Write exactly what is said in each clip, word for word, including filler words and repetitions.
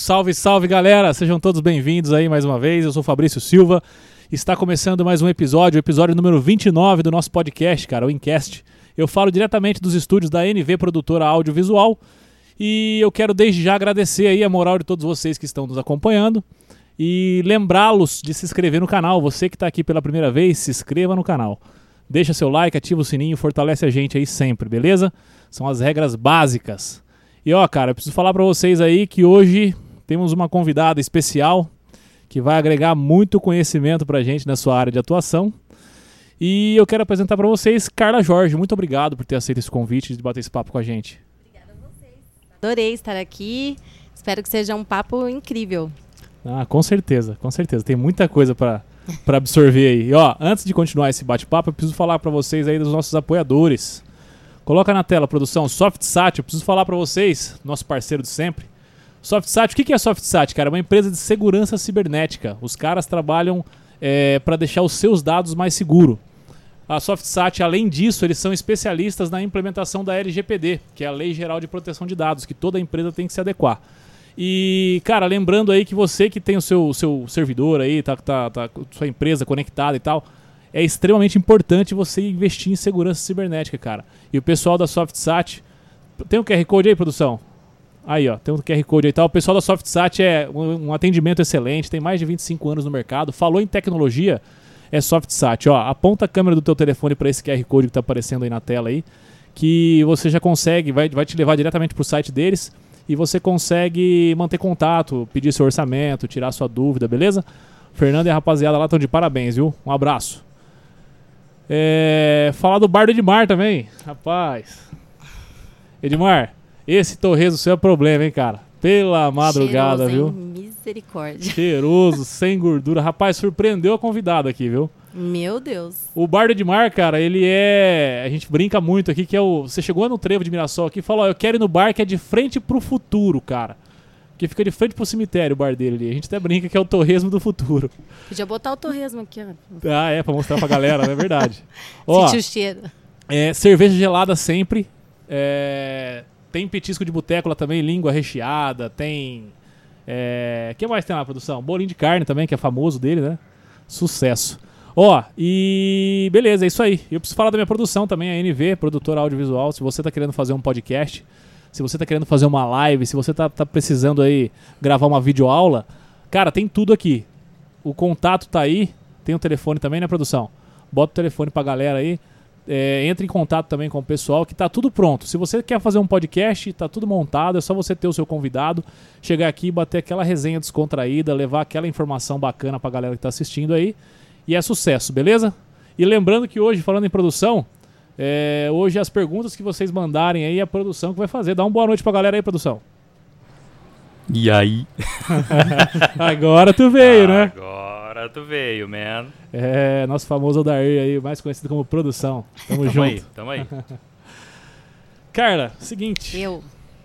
Salve, salve, galera! Sejam todos bem-vindos aí mais uma vez. Eu sou o Fabrício Silva. Está começando mais um episódio, o episódio número vinte e nove do nosso podcast, cara, o Incast. Eu falo diretamente dos estúdios da N V Produtora Audiovisual e eu quero desde já agradecer aí a moral de todos vocês que estão nos acompanhando e lembrá-los de se inscrever no canal. Você que está aqui pela primeira vez, se inscreva no canal. Deixa seu like, ativa o sininho, fortalece a gente aí sempre, beleza? São as regras básicas. E ó, cara, eu preciso falar pra vocês aí que hoje temos uma convidada especial que vai agregar muito conhecimento pra gente na sua área de atuação. E eu quero apresentar pra vocês Carla Jorge. Muito obrigado por ter aceito esse convite de bater esse papo com a gente. Obrigada a vocês. Adorei estar aqui. Espero que seja um papo incrível. Ah, com certeza, com certeza. Tem muita coisa pra, pra absorver aí. E ó, antes de continuar esse bate-papo, eu preciso falar pra vocês aí dos nossos apoiadores. Coloca na tela, produção, SoftSat. Eu preciso falar pra vocês, nosso parceiro de sempre. SoftSat, o que é SoftSat, cara? É uma empresa de segurança cibernética. Os caras trabalham é, para deixar os seus dados mais seguros. A SoftSat, além disso, eles são especialistas na implementação da L G P D, que é a Lei Geral de Proteção de Dados, que toda empresa tem que se adequar. E, cara, lembrando aí que você que tem o seu, seu servidor aí, tá, tá, tá, sua empresa conectada e tal, é extremamente importante você investir em segurança cibernética, cara. E o pessoal da SoftSat... Tem um Q R Code aí, produção? Aí, ó, tem um Q R Code aí e tal. O pessoal da SoftSat é um, um atendimento excelente, tem mais de vinte e cinco anos no mercado. Falou em tecnologia, é SoftSat. Ó, aponta a câmera do teu telefone para esse Q R Code que tá aparecendo aí na tela aí, que você já consegue, vai, vai te levar diretamente pro site deles e você consegue manter contato, pedir seu orçamento, tirar sua dúvida, beleza? Fernando e a rapaziada lá estão de parabéns, viu? Um abraço. É, falar do bar do Edmar também, rapaz. Edmar, esse torresmo seu é problema, hein, cara? Pela madrugada, Cheiroso, viu? Hein? Misericórdia. Cheiroso, sem gordura. Rapaz, surpreendeu a convidada aqui, viu? Meu Deus. O bar do Edmar, cara, ele é... A gente brinca muito aqui, que é o... Você chegou no Trevo de Mirassol aqui e falou, ó, eu quero ir no bar que é de frente pro futuro, cara. Que fica de frente pro cemitério o bar dele ali. A gente até brinca que é o torresmo do futuro. Podia botar o torresmo aqui, ó. Ah, é, pra mostrar pra galera, não é verdade. Ó, sentir o cheiro. É, cerveja gelada sempre. É, tem petisco de boteco lá também, língua recheada. Tem... O é, que mais tem lá, produção? Bolinho de carne também, que é famoso dele, né? Sucesso. Ó, e beleza, é isso aí. Eu preciso falar da minha produção também, a N V, produtora audiovisual. Se você tá querendo fazer um podcast... Se você tá querendo fazer uma live, se você tá, tá precisando aí gravar uma videoaula, cara, tem tudo aqui. O contato tá aí, tem o telefone também, né, produção? Bota o telefone pra galera aí, é, entra em contato também com o pessoal, que tá tudo pronto. Se você quer fazer um podcast, tá tudo montado, é só você ter o seu convidado, chegar aqui e bater aquela resenha descontraída, levar aquela informação bacana pra galera que tá assistindo aí, e é sucesso, beleza? E lembrando que hoje, falando em produção... É, hoje as perguntas que vocês mandarem aí, a produção que vai fazer. Dá uma boa noite pra galera aí, produção. E aí? Agora tu veio, né? Agora tu veio, man. É, nosso famoso Odair aí, mais conhecido como produção. Tamo, tamo junto. Aí, tamo aí. Carla, seguinte. Eu.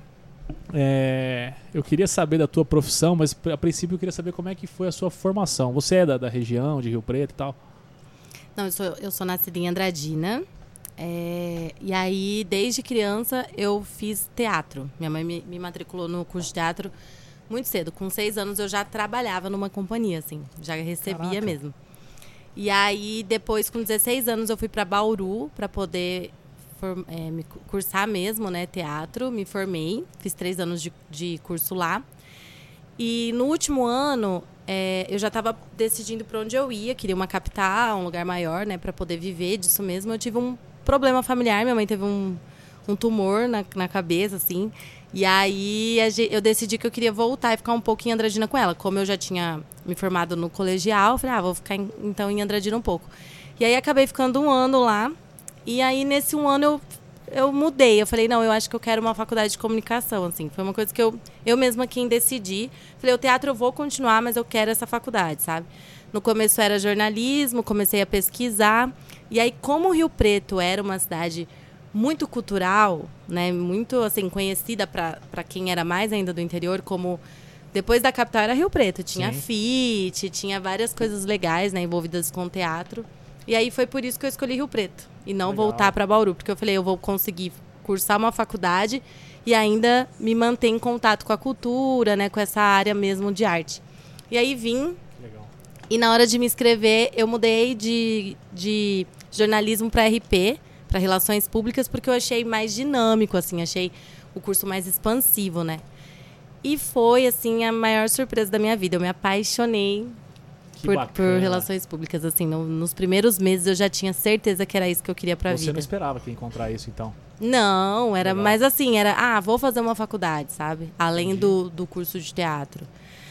É, eu queria saber da tua profissão, mas a princípio eu queria saber como é que foi a sua formação. Você é da, da região, de Rio Preto e tal? Não, eu sou, eu sou nascida em Andradina. É, e aí, desde criança, eu fiz teatro. Minha mãe me, me matriculou no curso de teatro muito cedo. Com seis anos, eu já trabalhava numa companhia, assim. Já recebia Caraca. mesmo. E aí, depois, com dezesseis anos, eu fui para Bauru para poder for, é, me cursar mesmo, né, teatro. Me formei, fiz três anos de, de curso lá. E no último ano... É, eu já estava decidindo para onde eu ia, queria uma capital, um lugar maior, né, para poder viver disso mesmo. Eu tive um problema familiar, minha mãe teve um, um tumor na, na cabeça, assim, e aí a, eu decidi que eu queria voltar e ficar um pouco em Andradina com ela. Como eu já tinha me formado no colegial, eu falei, ah, vou ficar em, então em Andradina um pouco. E aí acabei ficando um ano lá, e aí nesse um ano eu... eu mudei, eu falei, não, eu acho que eu quero uma faculdade de comunicação, assim, foi uma coisa que eu, eu mesma quem decidi, falei, o teatro eu vou continuar, mas eu quero essa faculdade, sabe? No começo era jornalismo, comecei a pesquisar, e aí como Rio Preto era uma cidade muito cultural, né, muito, assim, conhecida para quem era mais ainda do interior, como depois da capital era Rio Preto, tinha Sim. F I T, tinha várias coisas legais, né, envolvidas com teatro, e aí foi por isso que eu escolhi Rio Preto. E não Legal. voltar para Bauru, porque eu falei, eu vou conseguir cursar uma faculdade e ainda me manter em contato com a cultura, né, com essa área mesmo de arte. E aí vim, Legal. E na hora de me inscrever, eu mudei de, de jornalismo para R P, para Relações Públicas, porque eu achei mais dinâmico, assim, achei o curso mais expansivo, né? E foi, assim, a maior surpresa da minha vida. Eu me apaixonei por, por Relações Públicas, assim. No, nos primeiros meses eu já tinha certeza que era isso que eu queria pra Você vida. Você não esperava que ia encontrar isso, então? Não, era Legal. mais assim, era, ah, vou fazer uma faculdade, sabe? Além do, do curso de teatro.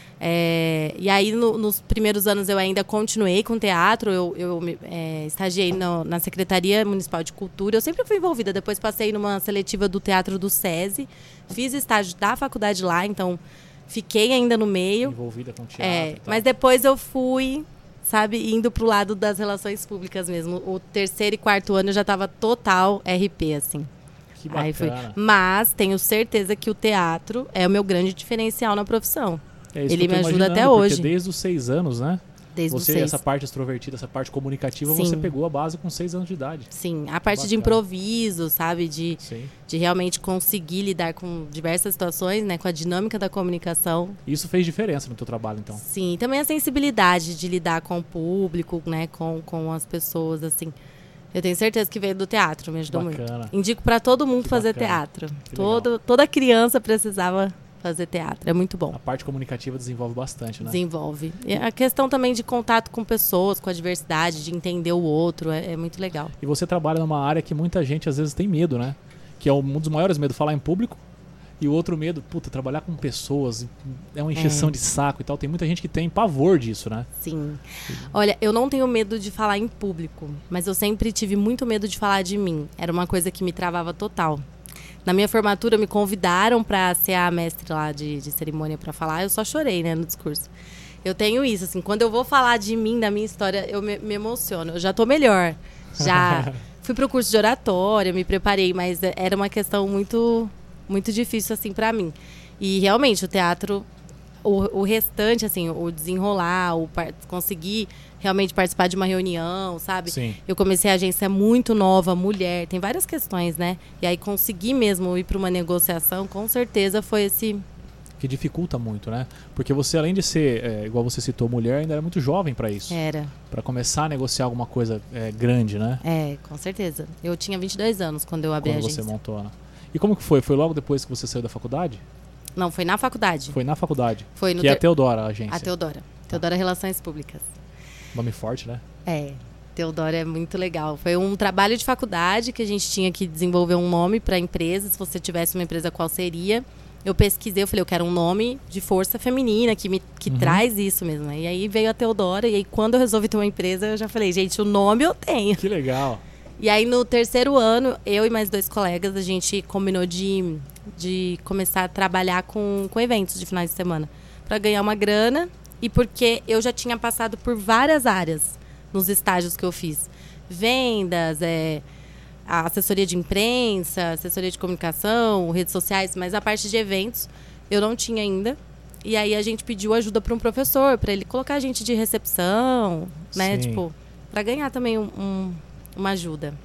É, e aí, no, nos primeiros anos, eu ainda continuei com teatro. Eu, eu é, estagiei no, na Secretaria Municipal de Cultura. Eu sempre fui envolvida. Depois passei numa seletiva do Teatro do SESI. Fiz estágio da faculdade lá, então fiquei ainda no meio. Envolvida com teatro. É, mas depois eu fui, sabe, indo pro lado das relações públicas mesmo. O terceiro e quarto ano eu já estava total R P, assim. Que bacana. Aí fui. Mas tenho certeza que o teatro é o meu grande diferencial na profissão. É isso Ele que eu tô me ajuda até imaginando, hoje. Porque desde os seis anos, né? Desde você, os seis. essa parte extrovertida, essa parte comunicativa, Sim. você pegou a base com seis anos de idade. Sim, a parte Bacana. de improviso, sabe? De, Sim. de realmente conseguir lidar com diversas situações, né? Com a dinâmica da comunicação. Isso fez diferença no teu trabalho, então? Sim, e também a sensibilidade de lidar com o público, né? Com, com as pessoas, assim. Eu tenho certeza que veio do teatro, me ajudou Bacana. muito. Indico para todo mundo Que fazer bacana. teatro. Que Todo, toda criança precisava fazer teatro. É muito bom. A parte comunicativa desenvolve bastante, né? Desenvolve. E a questão também de contato com pessoas, com a diversidade, de entender o outro, é, é muito legal. E você trabalha numa área que muita gente às vezes tem medo, né? Que é um dos maiores medos, falar em público. E o outro medo, puta, trabalhar com pessoas, é uma encheção É. de saco e tal. Tem muita gente que tem pavor disso, né? Sim. Olha, eu não tenho medo de falar em público, mas eu sempre tive muito medo de falar de mim. Era uma coisa que me travava total. Na minha formatura, me convidaram para ser a mestre lá de, de cerimônia para falar. Eu só chorei, né, no discurso. Eu tenho isso, assim, quando eu vou falar de mim, da minha história, eu me, me emociono. Eu já tô melhor. Já fui pro curso de oratória, me preparei, mas era uma questão muito, muito difícil, assim, para mim. E realmente, o teatro, o, o restante, assim, o desenrolar, o par- conseguir realmente participar de uma reunião, sabe? Sim. Eu comecei a agência muito nova, mulher, tem várias questões, né? E aí conseguir mesmo ir para uma negociação, com certeza foi esse... Que dificulta muito, né? Porque você, além de ser, é, igual você citou, mulher, ainda era muito jovem pra isso. Era, Pra começar a negociar alguma coisa é, grande, né? é, com certeza. Eu tinha vinte e dois anos quando eu abri Quando a você agência. montou, né? E como que foi? Foi logo depois que você saiu da faculdade? Não, foi na faculdade. Foi na faculdade. Foi no Que é a ter- Teodora, a agência. A Teodora. Teodora Relações Públicas. Nome forte, né? É, Teodora é muito legal. Foi um trabalho de faculdade que a gente tinha que desenvolver um nome para a empresa. Se você tivesse uma empresa, qual seria? Eu pesquisei, eu falei, eu quero um nome de força feminina, que, me, que Uhum. traz isso mesmo. E aí veio a Teodora, e aí quando eu resolvi ter uma empresa, eu já falei, gente, o nome eu tenho. Que legal. E aí no terceiro ano, eu e mais dois colegas, a gente combinou de, de começar a trabalhar com, com eventos de finais de semana. Para ganhar uma grana e porque eu já tinha passado por várias áreas nos estágios que eu fiz. Vendas, é, a assessoria de imprensa, assessoria de comunicação, redes sociais, mas a parte de eventos eu não tinha ainda. E aí a gente pediu ajuda para um professor, para ele colocar a gente de recepção, né? Sim. Tipo, para ganhar também um, um, uma ajuda.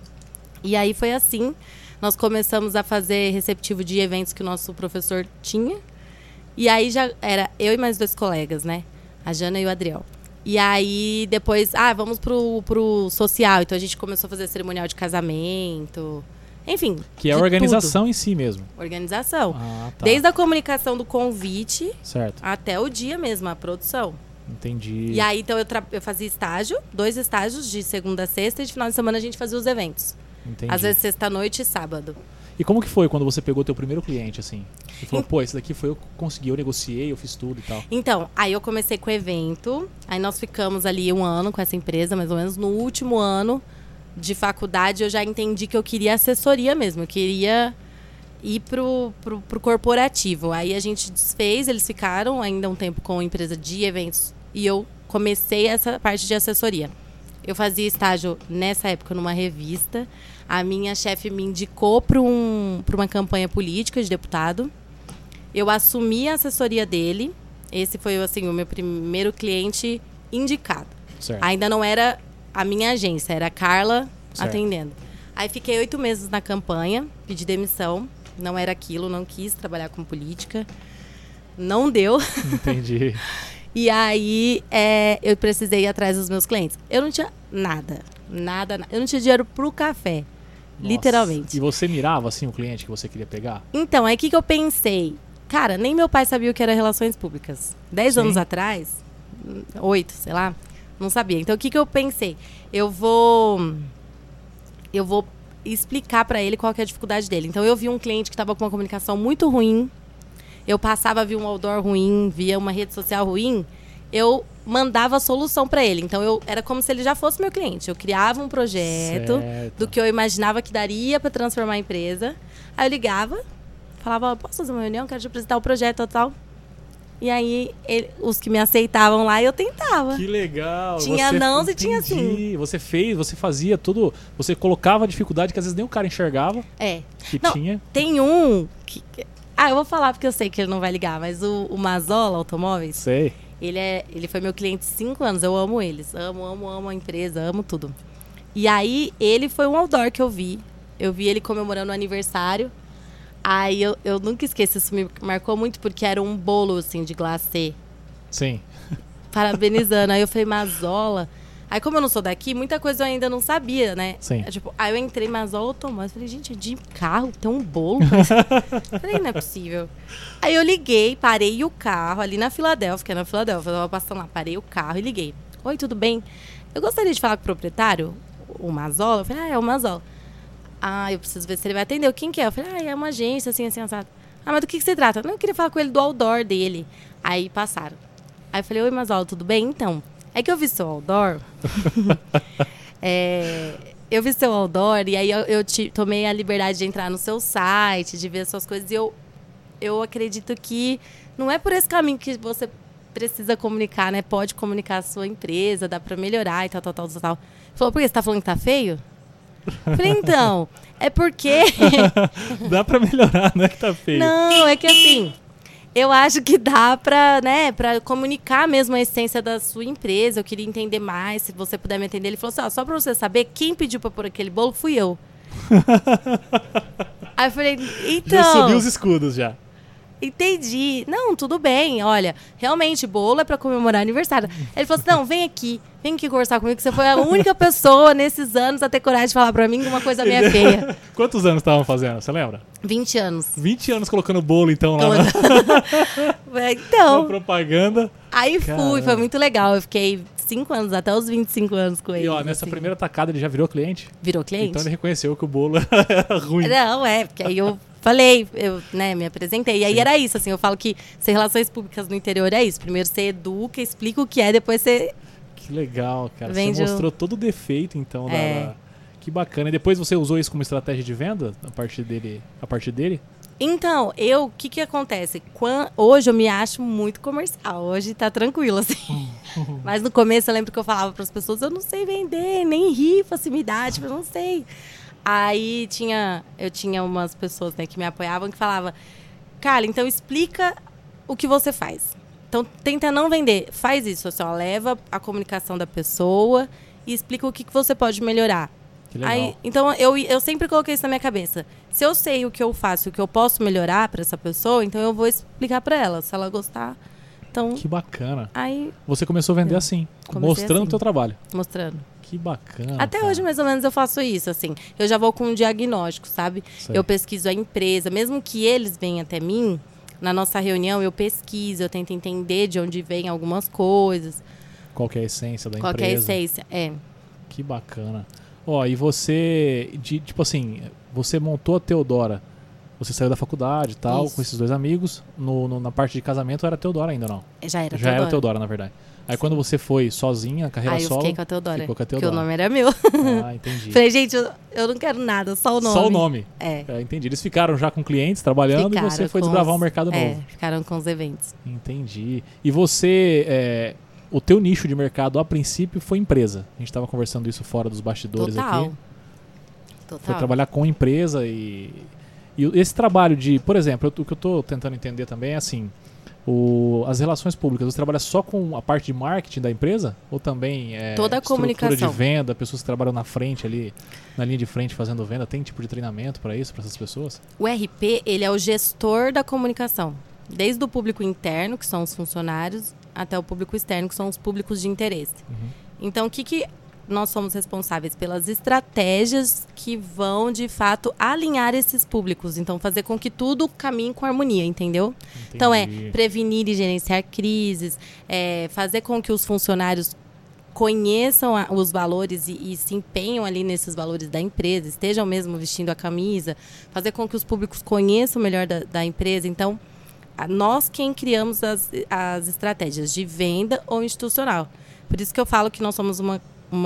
E aí foi assim, nós começamos a fazer receptivo de eventos que o nosso professor tinha. E aí já era eu e mais dois colegas, né? A Jana e o Adriel. E aí, depois, ah, vamos pro, pro social. Então, a gente começou a fazer cerimonial de casamento. Enfim. Que é a de organização em si mesmo. tudo. Organização. Ah, tá. Desde a comunicação do convite Certo. até o dia mesmo, a produção. Entendi. E aí, então, eu, tra- eu fazia estágio, dois estágios, de segunda a sexta. E de final de semana a gente fazia os eventos. Entendi. Às vezes, sexta-noite e sábado. E como que foi quando você pegou teu primeiro cliente, assim? Você falou, pô, esse daqui foi eu que consegui, eu negociei, eu fiz tudo e tal. Então, aí eu comecei com o evento. Aí nós ficamos ali um ano com essa empresa, mais ou menos. No último ano de faculdade, eu já entendi que eu queria assessoria mesmo. Eu queria ir pro, pro, pro corporativo. Aí a gente desfez, eles ficaram ainda um tempo com a empresa de eventos. E eu comecei essa parte de assessoria. Eu fazia estágio nessa época numa revista. A minha chefe me indicou para um, para uma campanha política de deputado. Eu assumi a assessoria dele. Esse foi assim, o meu primeiro cliente indicado. Certo. Ainda não era a minha agência, era a Carla Certo. atendendo. Aí fiquei oito meses na campanha, pedi demissão. Não era aquilo, não quis trabalhar com política. Não deu. Entendi. E aí é, eu precisei ir atrás dos meus clientes. Eu não tinha nada, nada, nada. Eu não tinha dinheiro pro café, Nossa. literalmente. E você mirava, assim, o cliente que você queria pegar? Então, aí o que, que eu pensei? Cara, nem meu pai sabia o que era relações públicas. Dez Sim. anos atrás, oito, sei lá, não sabia. Então, o que, que eu pensei? Eu vou... Eu vou explicar pra ele qual que é a dificuldade dele. Então, eu vi um cliente que estava com uma comunicação muito ruim. Eu passava, via um outdoor ruim, via uma rede social ruim. Eu mandava a solução pra ele. Então, eu era como se ele já fosse meu cliente. Eu criava um projeto Certo. do que eu imaginava que daria pra transformar a empresa. Aí eu ligava, falava, posso fazer uma reunião? Quero te apresentar o projeto e tal. E aí, ele- os que me aceitavam lá, eu tentava. Que legal. Tinha Você- nãos e tinha entendi. Você fez, você fazia tudo, você colocava a dificuldade que às vezes nem o cara enxergava É. que Não, tinha. Tem um que... que- Ah, eu vou falar porque eu sei que ele não vai ligar, mas o, o Mazola Automóveis, Sei. ele, é, ele foi meu cliente cinco anos. Eu amo eles. Amo, amo, amo a empresa, amo tudo. E aí, ele foi um outdoor que eu vi. Eu vi ele comemorando o aniversário. Aí, eu, eu nunca esqueço, isso me marcou muito, porque era um bolo, assim, de glacê. Sim. Parabenizando. Aí eu falei, Mazola. Aí, como eu não sou daqui, muita coisa eu ainda não sabia, né? Sim. É, tipo, aí eu entrei, Mazola Automóveis. Falei, gente, é de carro, tem um bolo. Falei, não é possível. Aí eu liguei, parei o carro ali na Filadélfia, que é na Filadélfia, eu tava passando lá, parei o carro e liguei. Oi, tudo bem? Eu gostaria de falar com o proprietário, o Mazola. Eu falei, ah, é o Mazola. Ah, eu preciso ver se ele vai atender. Quem que é? Eu falei, ah, é uma agência, assim, assim, assado. Ah, mas do que, que se trata? Não, eu queria falar com ele do outdoor dele. Aí passaram. Aí eu falei, oi, Mazola, tudo bem? Então, é que eu vi seu outdoor. é, eu vi seu outdoor e aí eu, eu te, tomei a liberdade de entrar no seu site, de ver as suas coisas. E eu, eu acredito que não é por esse caminho que você precisa comunicar, né? Pode comunicar a sua empresa, dá pra melhorar e tal, tal, tal, tal, tal. Falou, por que você tá falando que tá feio? Falei, então, é porque... Dá pra melhorar, não é que tá feio. Não, é que assim, eu acho que dá pra, né, pra comunicar mesmo a essência da sua empresa. Eu queria entender mais, se você puder me atender. Ele falou assim, ó, só pra você saber, quem pediu pra pôr aquele bolo fui eu. Aí eu falei, então... Já subiu os escudos, já. Entendi. Não, tudo bem. Olha, realmente, bolo é pra comemorar aniversário. Ele falou assim, não, vem aqui. Vem aqui conversar comigo, que você foi a única pessoa nesses anos a ter coragem de falar pra mim uma coisa meio feia. Quantos anos estavam fazendo, você lembra? vinte anos. vinte anos colocando bolo, então, lá na, na Então, propaganda. aí Caramba. fui, foi muito legal. Eu fiquei cinco anos, até os vinte e cinco anos com ele. E, ó, nessa assim. primeira tacada ele já virou cliente? Virou cliente? Então ele reconheceu que o bolo era ruim. Não, é, porque aí eu falei, eu né, me apresentei. E aí Sim. era isso, assim, eu falo que ser relações públicas no interior é isso. Primeiro você educa, explica o que é, depois você... Que legal, cara. Vende Você o- mostrou todo o defeito, então, da- É. da... Que bacana. E depois você usou isso como estratégia de venda a partir dele? A partir dele? Então, eu, o que que acontece? Quan- hoje eu me acho muito comercial, hoje tá tranquilo, assim. Mas no começo eu lembro que eu falava para as pessoas, eu não sei vender, nem rifa se me dá, tipo, eu não sei. Aí tinha, eu tinha umas pessoas, né, que me apoiavam que falavam, Carla, então explica o que você faz. Então tenta não vender, faz isso, assim, ó, leva a comunicação da pessoa e explica o que, que você pode melhorar. Que legal. Aí, então eu, eu sempre coloquei isso na minha cabeça. Se eu sei o que eu faço, o que eu posso melhorar para essa pessoa, então eu vou explicar para ela. Se ela gostar, então Que bacana. aí Você começou a vender É. assim, Comecei mostrando o assim. teu trabalho. mostrando. Que bacana. Até cara. hoje, mais ou menos, eu faço isso, assim. Eu já vou com um diagnóstico, sabe? Sei. Eu pesquiso a empresa. Mesmo que eles venham até mim, na nossa reunião eu pesquiso, eu tento entender de onde vêm algumas coisas. Qual que é a essência da Qual que é a empresa. essência. É. Que bacana. Ó, e você, de, tipo assim, você montou a Teodora. Você saiu da faculdade e tal, Isso. com esses dois amigos. No, no- na parte de casamento era Teodora ainda, não? Já era Já Teodora. era Teodora, na verdade. Aí quando você foi sozinha, carreira Aí eu solo... fiquei com a Teodora. Ficou com a Porque Teodora. o nome era meu. Ah, entendi. Falei, gente, eu, eu não quero nada, só o nome. Só o nome. É. É, entendi. Eles ficaram já com clientes, trabalhando, Ficaram e você foi com desbravar os- um mercado é, novo. ficaram com os eventos. Entendi. E você, é, o teu nicho de mercado, a princípio, foi empresa. A gente estava conversando isso fora dos bastidores Total. aqui. Total. Foi trabalhar com empresa e... E esse trabalho de, por exemplo, eu- o que eu estou tentando entender também é assim, O, as relações públicas, você trabalha só com a parte de marketing da empresa? Ou também é, Toda a comunicação de venda, pessoas que trabalham na frente ali, na linha de frente fazendo venda? Tem tipo de treinamento para isso, para essas pessoas? O R P, ele é o gestor da comunicação. Desde o público interno, que são os funcionários, até o público externo, que são os públicos de interesse. Uhum. Então, o que, que nós somos responsáveis? Pelas estratégias que vão, de fato, alinhar esses públicos. Então, fazer com que tudo caminhe com harmonia, entendeu? Entendi. Então, é prevenir e gerenciar crises, é fazer com que os funcionários conheçam a, os valores e, e se empenham ali nesses valores da empresa, estejam mesmo vestindo a camisa, fazer com que os públicos conheçam melhor da, da empresa. Então, a, nós quem criamos as, as estratégias de venda ou institucional. Por isso que eu falo que nós somos uma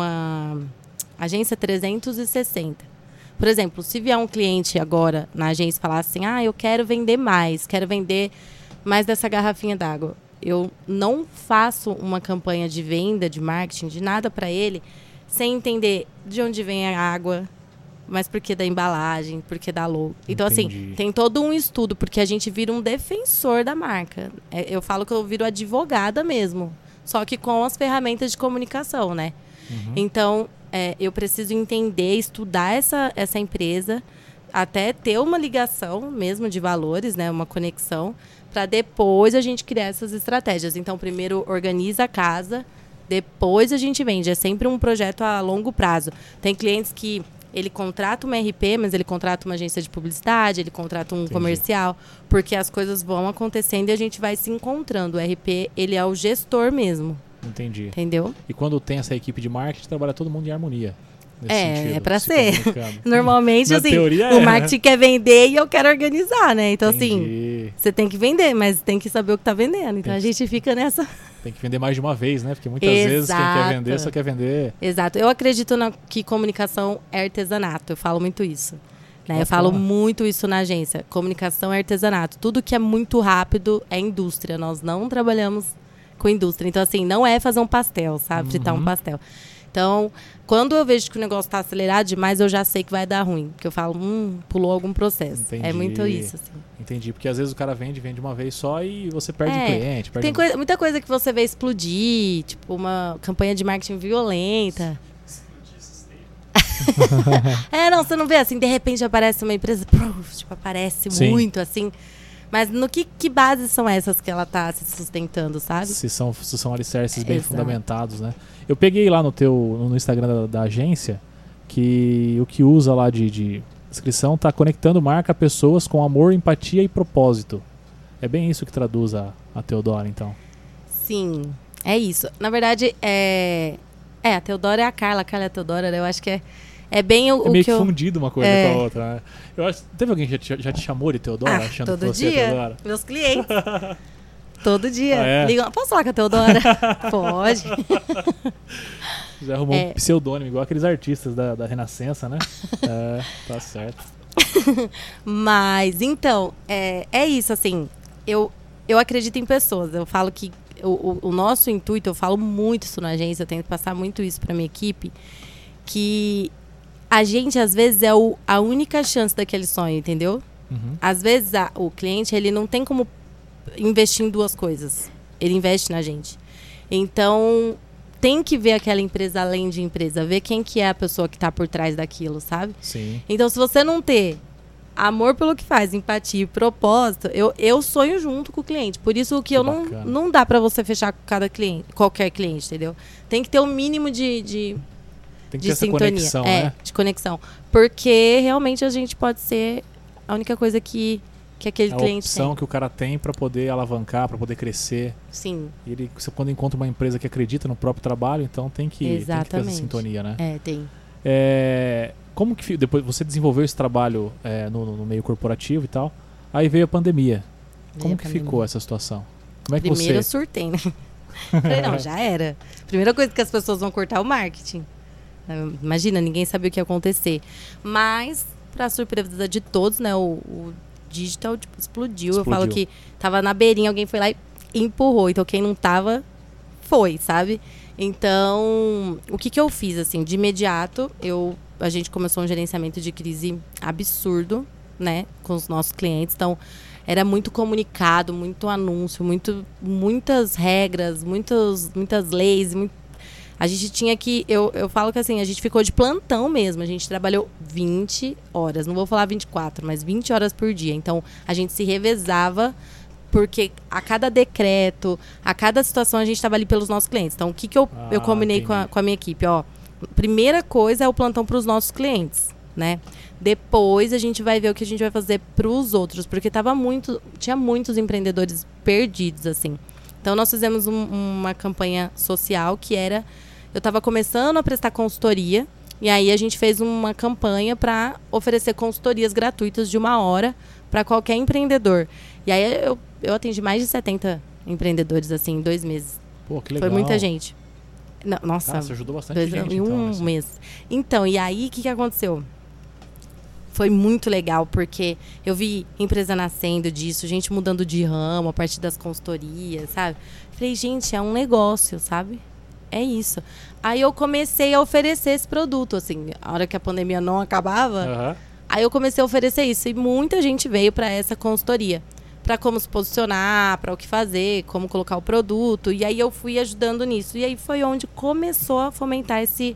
uma agência trezentos e sessenta. Por exemplo, se vier um cliente agora na agência e falar assim, ah, eu quero vender mais, quero vender mais dessa garrafinha d'água. Eu não faço uma campanha de venda, de marketing, de nada para ele, sem entender de onde vem a água, mas por que da embalagem, por que da logo. Então, Entendi. assim, tem todo um estudo, porque a gente vira um defensor da marca. É, eu falo que eu viro advogada mesmo, só que com as ferramentas de comunicação, né? Uhum. Então, é, eu preciso entender, estudar essa, essa empresa, até ter uma ligação mesmo de valores, né, uma conexão, para depois a gente criar essas estratégias. Então, primeiro organiza a casa, depois a gente vende. É sempre um projeto a longo prazo. Tem clientes que ele contrata uma R P, mas ele contrata uma agência de publicidade, ele contrata um Entendi. comercial, porque as coisas vão acontecendo e a gente vai se encontrando. O R P, ele é o gestor mesmo. Entendi. Entendeu? E quando tem essa equipe de marketing, trabalha todo mundo em harmonia. Nesse É, sentido, é pra se ser. comunicando. Normalmente, Na assim, teoria o é, marketing quer vender e eu quero organizar, né? Então, assim, Entendi. você tem que vender, mas tem que saber o que tá vendendo. Então, Tem a que- gente fica nessa... Tem que vender mais de uma vez, né? Porque muitas vezes quem quer Exato. vender só quer vender. Exato. Eu acredito na, que comunicação é artesanato. Eu falo muito isso. Né? Eu Bacana. falo muito isso na agência. Comunicação é artesanato. Tudo que é muito rápido é indústria. Nós não trabalhamos com indústria. Então, assim, não é fazer um pastel, sabe? Fritar Uhum. um pastel. Então, quando eu vejo que o negócio está acelerado demais, eu já sei que vai dar ruim. Porque eu falo, hum, pulou algum processo. Entendi. É muito isso, assim. Entendi, porque às vezes o cara vende, vende uma vez só e você perde É, cliente. Perde Tem coi- muita coisa que você vê explodir, tipo uma campanha de marketing violenta. É, não, você não vê assim, de repente aparece uma empresa, pruf, tipo, aparece Sim. muito, assim. Mas no que, que bases são essas que ela tá se sustentando, sabe? Se são, se são alicerces bem Exato. fundamentados, né? Eu peguei lá no teu no Instagram da, da agência que o que usa lá de, de descrição tá conectando marca a pessoas com amor, empatia e propósito. É bem isso que traduz a, a Teodora, então. Sim, é isso. Na verdade, é. É, a Teodora é a Carla, a Carla é a Teodora, né? Eu acho que é, é bem o, É o meio que que eu. fundido uma coisa É. com a outra, né? Eu acho, teve alguém que já te, já te chamou de Teodora, Ah, achando todo que você é dia. Teodora? Meus clientes. Todo dia. Ah, é? Ligam, posso falar com a Teodora? Pode. Já arrumou É. um pseudônimo, igual aqueles artistas da, da Renascença, né? É, tá certo. Mas, então, é, é isso, assim. Eu, eu acredito em pessoas. Eu falo que o, o, o nosso intuito, eu falo muito isso na agência, eu tento passar muito isso pra minha equipe, que a gente, às vezes, é o, a única chance daquele sonho, entendeu? Uhum. Às vezes, a- o cliente, ele não tem como investir em duas coisas. Ele investe na gente. Então, tem que ver aquela empresa além de empresa, ver quem que é a pessoa que tá por trás daquilo, sabe? Sim. Então, se você não ter amor pelo que faz, empatia e propósito, eu, eu sonho junto com o cliente. Por isso que, Que eu não, bacana. não dá pra você fechar com cada cliente, qualquer cliente, entendeu? Tem que ter o mínimo de, de, Tem que de ter essa sintonia. conexão, é, né? de conexão. Porque realmente a gente pode ser a única coisa que, que aquele A cliente opção tem. que o cara tem pra poder alavancar, pra poder crescer. Sim, E ele, você, quando encontra uma empresa que acredita no próprio trabalho, então tem que, tem que ter essa Exatamente. sintonia, né? é, tem. É, como que fi- depois você desenvolveu esse trabalho é, no, no meio corporativo e tal? Aí veio a pandemia. Como Veio a que pandemia. ficou essa situação? Como é que Primeiro eu você? surtei, né? Falei, não, já era. Primeira coisa que as pessoas vão cortar é o marketing. Imagina, ninguém sabia o que ia acontecer. Mas, pra surpresa de todos, né, o, o digital tipo, explodiu. Eu falo Explodiu. que tava na beirinha, alguém foi lá e empurrou. Então, quem não tava, foi, sabe? Então, o que que eu fiz, assim? De imediato, eu, a gente começou um gerenciamento de crise absurdo, né? Com os nossos clientes. Então, era muito comunicado, muito anúncio, muito, muitas regras, muitos, muitas leis. Muito... A gente tinha que... Eu, eu falo que assim, a gente ficou de plantão mesmo. A gente trabalhou vinte horas. Não vou falar vinte e quatro, mas vinte horas por dia. Então, a gente se revezava, porque a cada decreto, a cada situação, a gente estava ali pelos nossos clientes. Então, o que, que eu, Ah, eu combinei com a, com a minha equipe? Ó, primeira coisa é o plantão para os nossos clientes, né? Depois a gente vai ver o que a gente vai fazer para os outros, porque tava muito, tinha muitos empreendedores perdidos, assim. Então, nós fizemos um, uma campanha social que era... Eu estava começando a prestar consultoria, e aí a gente fez uma campanha para oferecer consultorias gratuitas de uma hora para qualquer empreendedor. E aí eu, eu atendi mais de setenta empreendedores, assim, em dois meses. Pô, que legal. Foi muita gente. Não, nossa, Ah, você ajudou bastante dois, gente, em então, um nesse- mês. Então, e aí, o que, que aconteceu? Foi muito legal, porque eu vi empresa nascendo disso, gente mudando de ramo a partir das consultorias, sabe? Falei, gente, é um negócio, sabe? É isso. Aí eu comecei a oferecer esse produto, assim, a hora que a pandemia não acabava, Aham. aí eu comecei a oferecer isso. E muita gente veio para essa consultoria, para como se posicionar, para o que fazer, como colocar o produto. E aí eu fui ajudando nisso. E aí foi onde começou a fomentar esse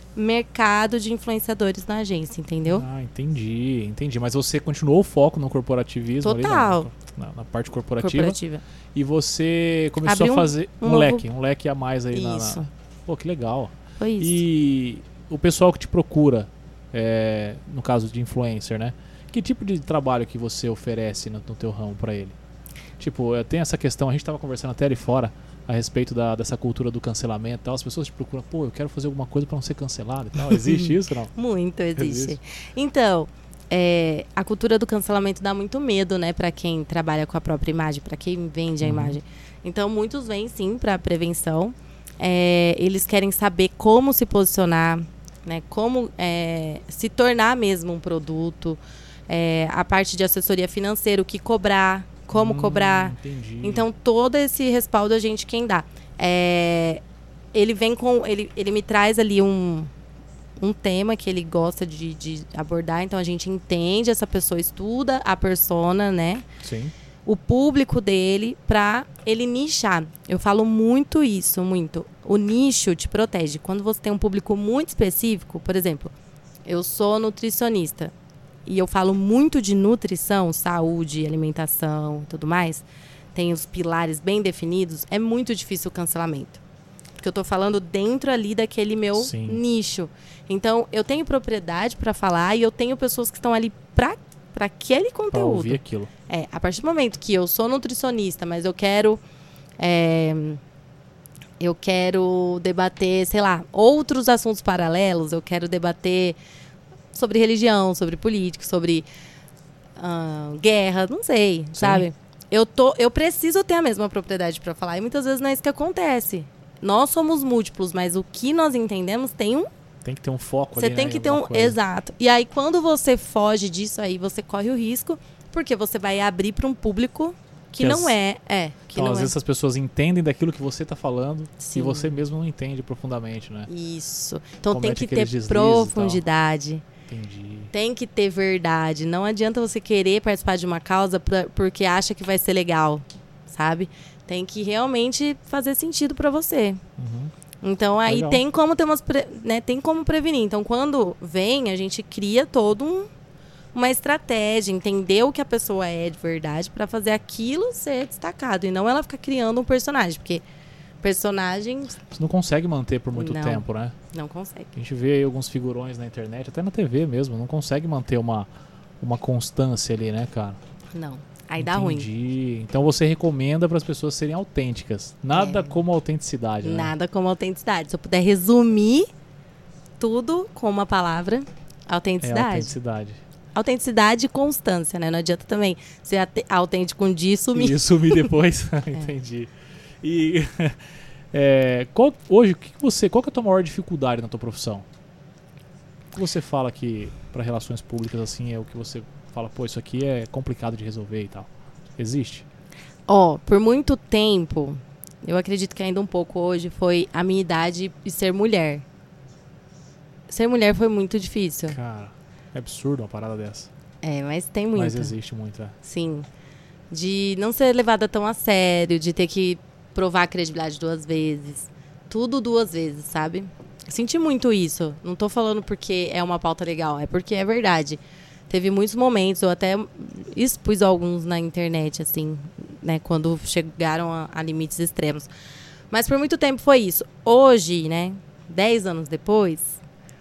mercado de influenciadores na agência, entendeu? Ah, entendi, entendi. Mas você continuou o foco no corporativismo ali, Total. na, na, na parte corporativa, Corporativa. e você começou Abriu a um- fazer um um, novo- leque, um leque a mais aí na, Isso. na... Pô, que legal. Foi isso. E o pessoal que te procura, é, no caso de influencer, né? Que tipo de trabalho que você oferece no, no teu ramo pra ele? Tipo, tem essa questão, a gente tava conversando até ali fora a respeito da, dessa cultura do cancelamento e tal. As pessoas te procuram, pô, eu quero fazer alguma coisa pra não ser cancelado e tal. Existe isso ou não? Muito existe. Existe. Então, é, a cultura do cancelamento dá muito medo, né, para quem trabalha com a própria imagem, para quem vende a Uhum. imagem. Então, muitos vêm sim para prevenção. É, eles querem saber como se posicionar, né, como é, se tornar mesmo um produto, é, a parte de assessoria financeira, o que cobrar, como Hum, cobrar. Entendi. Então, todo esse respaldo a gente quem dá. É, ele vem com... Ele, ele me traz ali um, um tema que ele gosta de, de abordar. Então, a gente entende essa pessoa, estuda a persona, né? Sim. O público dele, pra ele nichar. Eu falo muito isso, muito. O nicho te protege. Quando você tem um público muito específico, por exemplo, eu sou nutricionista e eu falo muito de nutrição, saúde, alimentação e tudo mais, tem os pilares bem definidos, é muito difícil o cancelamento. Porque eu tô falando dentro ali daquele meu Sim. nicho. Então, eu tenho propriedade para falar e eu tenho pessoas que estão ali para para aquele Pra conteúdo. ouvir aquilo. É, a partir do momento que eu sou nutricionista, mas eu quero é, eu quero debater, sei lá, outros assuntos paralelos, eu quero debater sobre religião, sobre política, sobre ah, guerra, não sei, sabe? Eu, tô, eu preciso ter a mesma propriedade para falar, e muitas vezes não é isso que acontece. Nós somos múltiplos, mas o que nós entendemos tem um... Tem que ter um foco Você ali, tem né, que em ter um... alguma coisa. Exato. E aí, quando você foge disso aí, você corre o risco, porque você vai abrir para um público que, Que não as- é... É, que Então, não às é. vezes as pessoas entendem daquilo que você tá falando Sim. e você mesmo não entende profundamente, né? Isso. Então Comete tem que ter aqueles deslizes e tal. profundidade. Entendi. Tem que ter verdade. Não adianta você querer participar de uma causa pra, porque acha que vai ser legal, sabe? Tem que realmente fazer sentido pra você. Uhum. Então aí Legal. tem como ter umas, pre- né, tem como prevenir. Então quando vem, a gente cria todo um, uma estratégia, entender o que a pessoa é de verdade pra fazer aquilo ser destacado e não ela ficar criando um personagem, porque personagem Você não consegue manter por muito Não. tempo, né? não consegue. A gente vê aí alguns figurões na internet, até na T V mesmo, não consegue manter uma, uma constância ali, né, cara? Não. Aí dá ruim. Entendi. Então você recomenda para as pessoas serem autênticas. Nada É. como autenticidade, né? Nada como autenticidade. Se eu puder resumir tudo com uma palavra, É autenticidade. autenticidade. Autenticidade e constância, né? Não adianta também ser ate- autêntico um dia e sumir. E sumir depois. Entendi. E é, qual, hoje, o que que você, qual que é a tua maior dificuldade na tua profissão? O que você fala que para relações públicas assim é o que você fala, pô, isso aqui é complicado de resolver e tal? Existe? Ó, por muito tempo, eu acredito que ainda um pouco hoje, foi a minha idade e ser mulher. Ser mulher foi muito difícil. Cara, é absurdo uma parada dessa. É, mas tem muito. Mas existe muito, é. Sim. de não ser levada tão a sério, de ter que provar a credibilidade duas vezes. Tudo duas vezes, sabe? Senti muito isso. Não tô falando porque é uma pauta legal, é porque é verdade. Teve muitos momentos, eu até expus alguns na internet, assim, né? Quando chegaram a, a limites extremos. Mas por muito tempo foi isso. Hoje, né? Dez anos depois,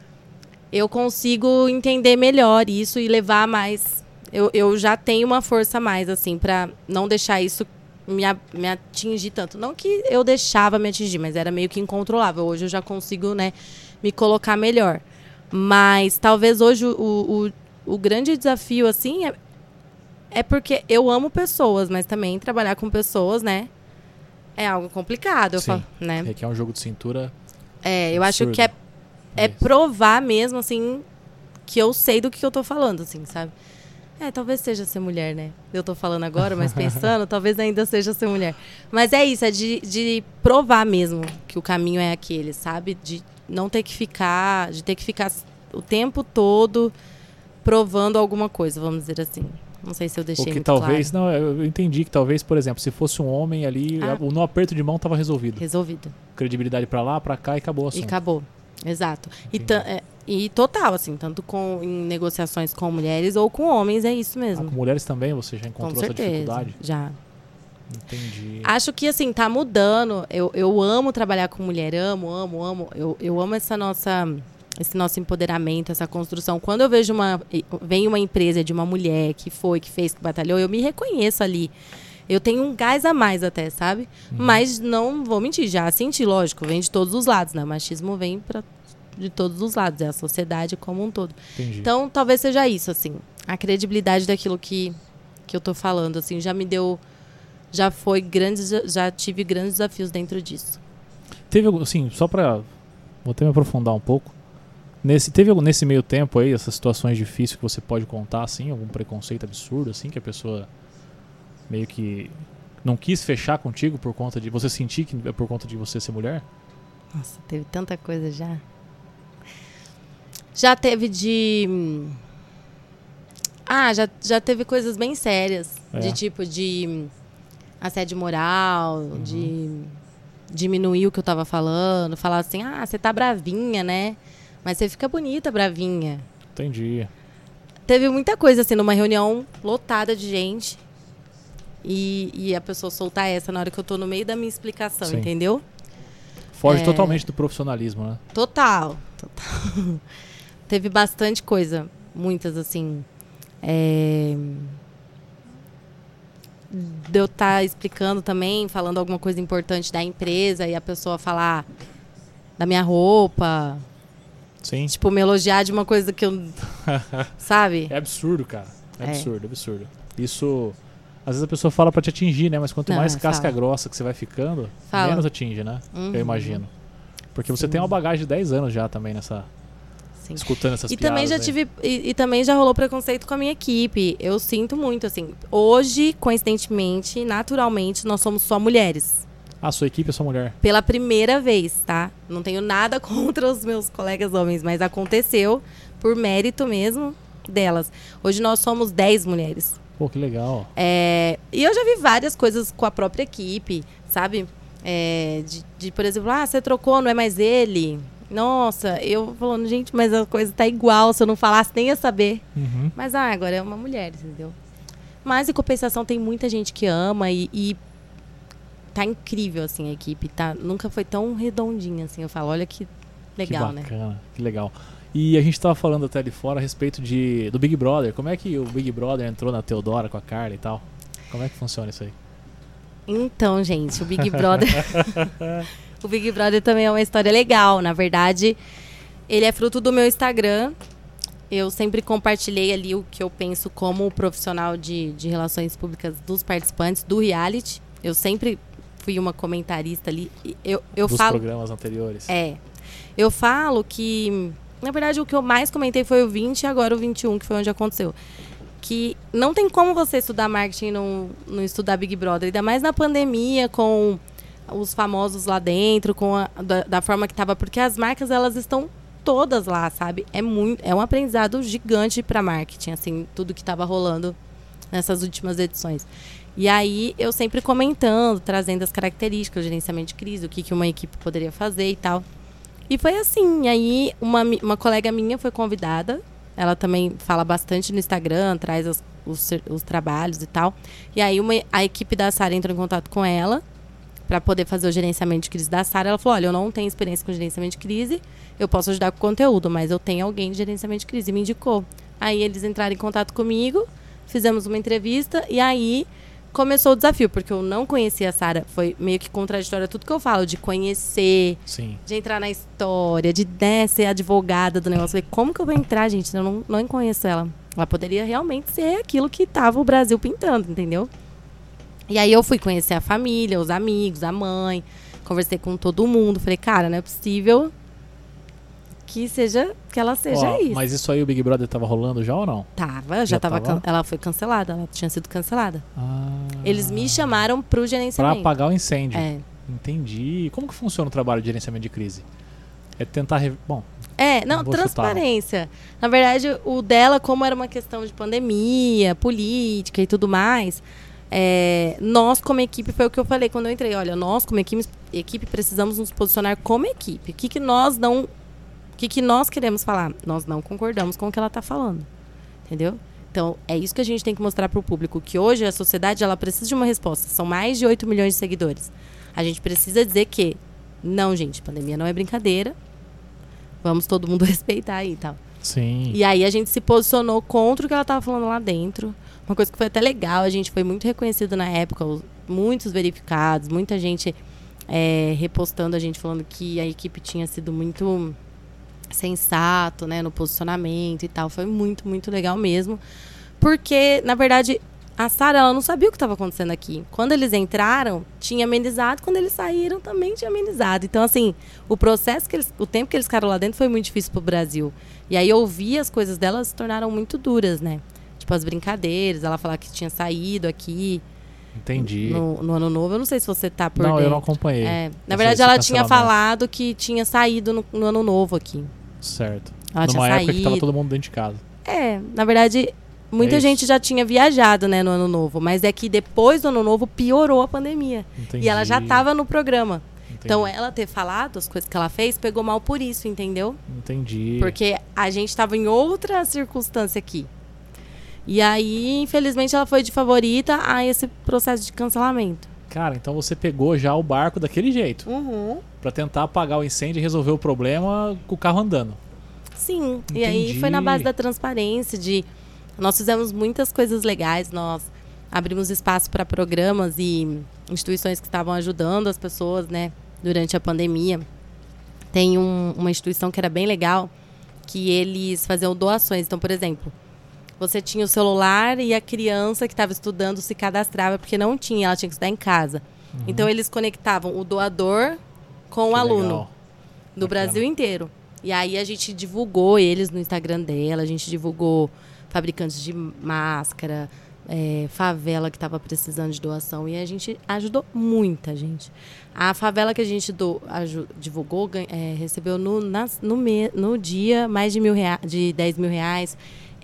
eu consigo entender melhor isso e levar mais... Eu, eu já tenho uma força a mais, assim, pra não deixar isso me, a, me atingir tanto. Não que eu deixava me atingir, mas era meio que incontrolável. Hoje eu já consigo, né, me colocar melhor. Mas talvez hoje o, o, o grande desafio, assim, é, é porque eu amo pessoas, mas também trabalhar com pessoas, né, é algo complicado. Eu Sim, falo, né? é que é um jogo de cintura. É, eu absurdo. acho que é, é provar mesmo, assim, que eu sei do que eu tô falando, assim, sabe? É, talvez seja ser mulher, né? Eu tô falando agora, mas pensando, talvez ainda seja ser mulher. Mas é isso, é de, de provar mesmo que o caminho é aquele, sabe? De não ter que ficar, de ter que ficar o tempo todo provando alguma coisa, vamos dizer assim. Não sei se eu deixei o que muito talvez, claro. não, eu entendi que talvez, por exemplo, se fosse um homem ali, Ah. no aperto de mão tava resolvido. Resolvido. Credibilidade pra lá, pra cá e acabou o E assunto. acabou. Exato. E, Entendi. ta- é, e total, assim, tanto com, em negociações com mulheres ou com homens, é isso Ah, mesmo. com mulheres também você já Com encontrou essa certeza. dificuldade? Já. Entendi. Acho que, assim, tá mudando. Eu, eu amo trabalhar com mulher, amo, amo, amo. Eu, eu amo essa nossa, esse nosso empoderamento, essa construção. Quando eu vejo uma... Vem uma empresa de uma mulher que foi, que fez, que batalhou, eu me reconheço ali. Eu tenho um gás a mais até, sabe? Uhum. Mas não vou mentir, já senti, lógico, vem de todos os lados, né? O machismo vem pra, de todos os lados, é a sociedade como um todo. Entendi. Então, talvez seja isso, assim. A credibilidade daquilo que, que eu tô falando, assim, já me deu... Já foi grandes... Já tive grandes desafios dentro disso. Teve, assim, só pra... Vou até me aprofundar um pouco. Nesse, teve algum, nesse meio tempo aí, essas situações difíceis que você pode contar, assim, algum preconceito absurdo, assim, que a pessoa meio que não quis fechar contigo por conta de... Você sentir que é por conta de você ser mulher? Nossa, teve tanta coisa já. Já teve de... Ah, já, já teve coisas bem sérias. É. De tipo, de assédio moral, Uhum. de diminuir o que eu tava falando. Falar assim, ah, você tá bravinha, né? Mas você fica bonita, bravinha. Entendi. Teve muita coisa, assim, numa reunião lotada de gente. E, e a pessoa soltar essa na hora que eu tô no meio da minha explicação, Sim. entendeu? Foge É. totalmente do profissionalismo, né? Total. Total. Teve bastante coisa. Muitas, assim. É... De eu estar explicando também, falando alguma coisa importante da empresa e a pessoa falar da minha roupa. Sim. Tipo, me elogiar de uma coisa que eu... Sabe? É absurdo, cara. É É. absurdo, absurdo. Isso... Às vezes a pessoa fala pra te atingir, né? Mas quanto Não, mais casca fala. grossa que você vai ficando, Fala. menos atinge, né? Uhum. Eu imagino. Porque você Sim. tem uma bagagem de dez anos já também nessa... Sim. Escutando essas E piadas. também já aí. tive e, e também já rolou preconceito com a minha equipe. Eu sinto muito, assim. Hoje, coincidentemente, naturalmente, nós somos só mulheres. Ah, sua equipe é sua mulher. Pela primeira vez, tá? Não tenho nada contra os meus colegas homens, mas aconteceu por mérito mesmo delas. Hoje nós somos dez mulheres. Pô, que legal. É, e eu já vi várias coisas com a própria equipe, sabe? É, de, de, por exemplo, ah, você trocou, não é mais ele. Nossa, eu falando, gente, mas a coisa tá igual, se eu não falasse nem ia saber. Uhum. Mas, ah, agora é uma mulher, entendeu? Mas, em compensação, tem muita gente que ama e, e tá incrível, assim, a equipe. Tá, nunca foi tão redondinha, assim. Eu falo, olha que legal, que né? bacana, que legal. E a gente tava falando até ali fora a respeito de, do Big Brother. Como é que o Big Brother entrou na Teodora com a Carla e tal? Como é que funciona isso aí? Então, gente, o Big Brother... o Big Brother também é uma história legal. Na verdade, ele é fruto do meu Instagram. Eu sempre compartilhei ali o que eu penso como profissional de, de relações públicas dos participantes do reality. Eu sempre fui uma comentarista ali. Eu, eu Dos falo... programas anteriores. É. Eu falo que... Na verdade, o que eu mais comentei foi o vinte e agora o vinte e um, que foi onde aconteceu. Que não tem como você estudar marketing e não, não estudar Big Brother. Ainda mais na pandemia, com os famosos lá dentro, com a, da, da forma que tava. Porque as marcas, elas estão todas lá, sabe? É, muito, é um aprendizado gigante para marketing, assim, tudo que tava rolando nessas últimas edições. E aí, eu sempre comentando, trazendo as características do gerenciamento de crise, o que, que uma equipe poderia fazer e tal. E foi assim. E aí, uma, uma colega minha foi convidada. Ela também fala bastante no Instagram, traz as, os, os trabalhos e tal. E aí, uma, a equipe da Sara entrou em contato com ela para poder fazer o gerenciamento de crise da Sara. Ela falou, olha, eu não tenho experiência com gerenciamento de crise, eu posso ajudar com conteúdo, mas eu tenho alguém de gerenciamento de crise. E me indicou. Aí, eles entraram em contato comigo, fizemos uma entrevista e aí... começou o desafio, porque eu não conhecia a Sara. Foi meio que contraditório a tudo que eu falo, de conhecer, Sim. de entrar na história, de né, ser advogada do negócio. Falei, como que eu vou entrar, gente? Eu não, não conheço ela. Ela poderia realmente ser aquilo que tava o Brasil pintando, entendeu? E aí eu fui conhecer a família, os amigos, a mãe. Conversei com todo mundo. Falei, cara, não é possível que seja que ela seja Ó, isso. Mas isso aí o Big Brother tava rolando já ou não? Tava, já, Já tava, tava? can- ela foi cancelada, ela tinha sido cancelada. Ah, Eles me chamaram pro pra gerenciamento. apagar o incêndio. É. Entendi. Como que funciona o trabalho de gerenciamento de crise? É tentar... Re... Bom, É, não, Não vou transparência. Na verdade, o dela, como era uma questão de pandemia, política e tudo mais, é, nós como equipe, foi o que eu falei quando eu entrei, olha, nós como equipe, equipe precisamos nos posicionar como equipe. O que, que nós não... O que, que nós queremos falar? Nós não concordamos com o que ela está falando. Entendeu? Então, é isso que a gente tem que mostrar para o público, que hoje a sociedade ela precisa de uma resposta. São mais de oito milhões de seguidores. A gente precisa dizer que, não, gente, pandemia não é brincadeira. Vamos todo mundo respeitar aí e tal. sim. E aí a gente se posicionou contra o que ela estava falando lá dentro. Uma coisa que foi até legal, a gente foi muito reconhecido na época, os- muitos verificados, muita gente é, repostando a gente, falando que a equipe tinha sido muito sensato, né, no posicionamento e tal. Foi muito, muito legal mesmo. Porque, na verdade, a Sara, ela não sabia o que estava acontecendo aqui. Quando eles entraram, tinha amenizado. Quando eles saíram, também tinha amenizado. Então, assim, o processo, que eles, o tempo que eles ficaram lá dentro foi muito difícil pro Brasil. E aí, ouvir as coisas delas se tornaram muito duras, né? Tipo, as brincadeiras, ela falar que tinha saído aqui Entendi. no, no Ano Novo. Eu não sei se você tá por Não, dentro. eu não acompanhei. É, na Essa- verdade, esse ela tinha cancelamento. falado que tinha saído no, no Ano Novo aqui. Certo. Ela Numa tinha época que tava saído. todo mundo dentro de casa. É, na verdade, muita É isso. gente já tinha viajado, né, no Ano Novo. Mas é que depois do Ano Novo piorou a pandemia. Entendi. E ela já tava no programa. Entendi. Então, ela ter falado as coisas que ela fez, pegou mal por isso, entendeu? Entendi. Porque a gente tava em outra circunstância aqui. E aí, infelizmente, ela foi de favorita a esse processo de cancelamento. Cara, então você pegou já o barco daquele jeito. Uhum. Pra tentar apagar o incêndio e resolver o problema com o carro andando. Sim, e Entendi. aí foi na base da transparência, de nós fizemos muitas coisas legais, nós abrimos espaço para programas e instituições que estavam ajudando as pessoas, né, durante a pandemia. Tem um- uma instituição que era bem legal, que eles faziam doações. Então, por exemplo, você tinha o celular e a criança que estava estudando se cadastrava, porque não tinha, ela tinha que estudar em casa. Então, eles conectavam o doador com o Que aluno legal. do Bacana. Brasil inteiro. E aí a gente divulgou eles no Instagram dela, a gente divulgou fabricantes de máscara, é, favela que estava precisando de doação, e a gente ajudou muita gente. A favela que a gente do, aju- divulgou gan- é, recebeu no, nas- no, me- no dia mais de, mil rea- de dez mil reais.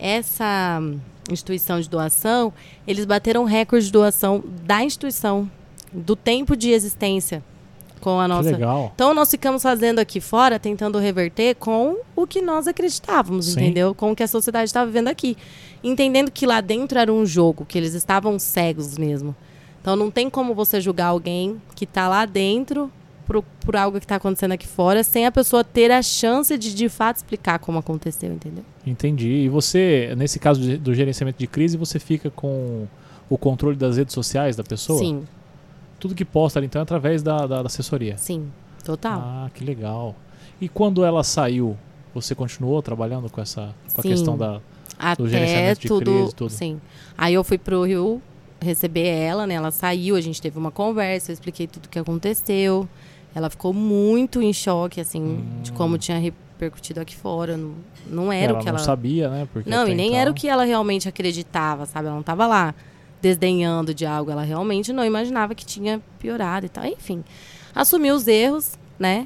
Essa hum, instituição de doação, eles bateram recorde de doação da instituição, do tempo de existência com a Que nossa. legal. Então, nós ficamos fazendo aqui fora, tentando reverter com o que nós acreditávamos, Sim. entendeu? Com o que a sociedade estava vivendo aqui. Entendendo que lá dentro era um jogo, que eles estavam cegos mesmo. Então, não tem como você julgar alguém que está lá dentro por, por algo que está acontecendo aqui fora, sem a pessoa ter a chance de, de fato, explicar como aconteceu, entendeu? Entendi. E você, nesse caso de- do gerenciamento de crise, você fica com o controle das redes sociais da pessoa? Sim, Tudo que posta ali, então, é através da, da, da assessoria. sim, total. Ah, que legal. E quando ela saiu, você continuou trabalhando com essa com a Sim. questão da... Até gerenciamento de tudo, crise, tudo. sim. Aí eu fui pro Rio receber ela, né? Ela saiu, a gente teve uma conversa, eu expliquei tudo o que aconteceu. Ela ficou muito em choque, assim, Hum. de como tinha repercutido aqui fora. Não, não era ela o que não ela... sabia, né? Porque Não, até e nem então- era o que ela realmente acreditava, sabe? Ela não tava lá desdenhando de algo. Ela realmente não imaginava que tinha piorado e tal. Enfim, assumiu os erros, né?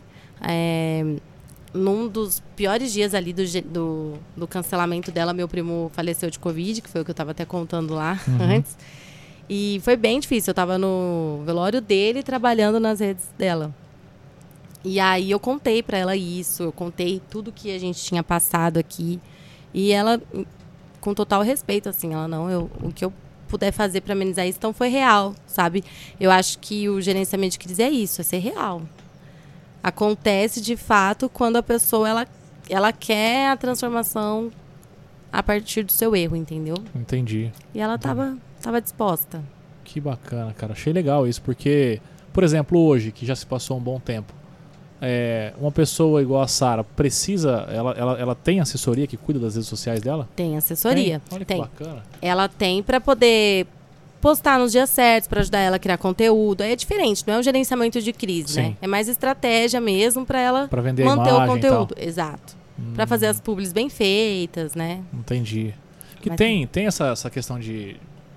É, num dos piores dias ali do, ge- do, do cancelamento dela, meu primo faleceu de Covid, que foi o que eu tava até contando lá Uhum. antes. E foi bem difícil. Eu tava no velório dele, trabalhando nas redes dela. E aí eu contei pra ela isso, eu contei tudo que a gente tinha passado aqui. E ela, com total respeito, assim, ela, não, eu, o que eu puder fazer pra amenizar isso, então foi real, sabe? Eu acho que o gerenciamento de crise é isso, é ser real. Acontece, de fato, quando a pessoa, ela, ela quer a transformação a partir do seu erro, entendeu? Entendi. E ela tava, tava disposta. Que bacana, cara. Achei legal isso, porque, por exemplo, hoje, que já se passou um bom tempo, é, uma pessoa igual a Sara precisa, ela, ela, ela tem assessoria que cuida das redes sociais dela? Tem assessoria. Tem? Olha tem. que bacana. Ela tem para poder postar nos dias certos, para ajudar ela a criar conteúdo. Aí é diferente, não é um gerenciamento de crise, Sim. né? É mais estratégia mesmo para ela pra vender manter a imagem o conteúdo. E tal. Exato. Hum. Para fazer as publis bem feitas, né? Entendi. Que Mas tem, tem essa, essa questão de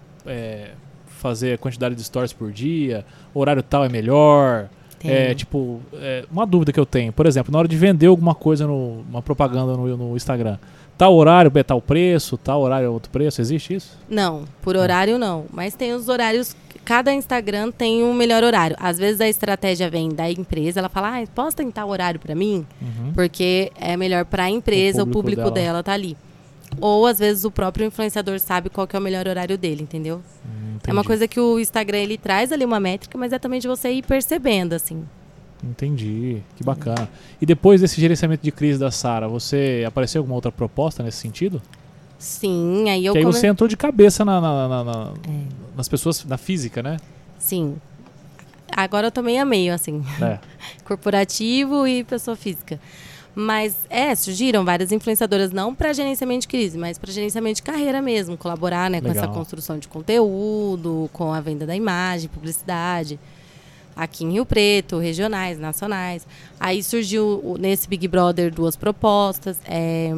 é, fazer a quantidade de stories por dia, horário tal é melhor. Tem. É, tipo, é, uma dúvida que eu tenho, por exemplo, na hora de vender alguma coisa, no, uma propaganda no, no Instagram, tal horário é tal preço, tal horário é outro preço, existe isso? Não, por horário não. Mas tem os horários, cada Instagram tem um melhor horário. Às vezes a estratégia vem da empresa, ela fala, ah, posta em tal horário pra mim? Uhum. Porque é melhor pra empresa, o público público, dela. dela tá ali. Ou às vezes o próprio influenciador sabe qual que é o melhor horário dele, entendeu? Hum, É uma entendi. coisa que o Instagram, ele traz ali uma métrica, mas é também de você ir percebendo, assim. Entendi, que bacana. E depois desse gerenciamento de crise da Sara, você apareceu alguma outra proposta nesse sentido? Sim, aí eu... Que aí come- você entrou de cabeça na, na- na- na- É. nas pessoas, na física, né? Sim. Agora eu tô meio a meio, assim. É. Corporativo e pessoa física. Mas, é, surgiram várias influenciadoras, não para gerenciamento de crise, mas para gerenciamento de carreira mesmo, colaborar, né, com Legal. essa construção de conteúdo, com a venda da imagem, publicidade, aqui em Rio Preto, regionais, nacionais. Aí surgiu, o- nesse Big Brother, duas propostas, é,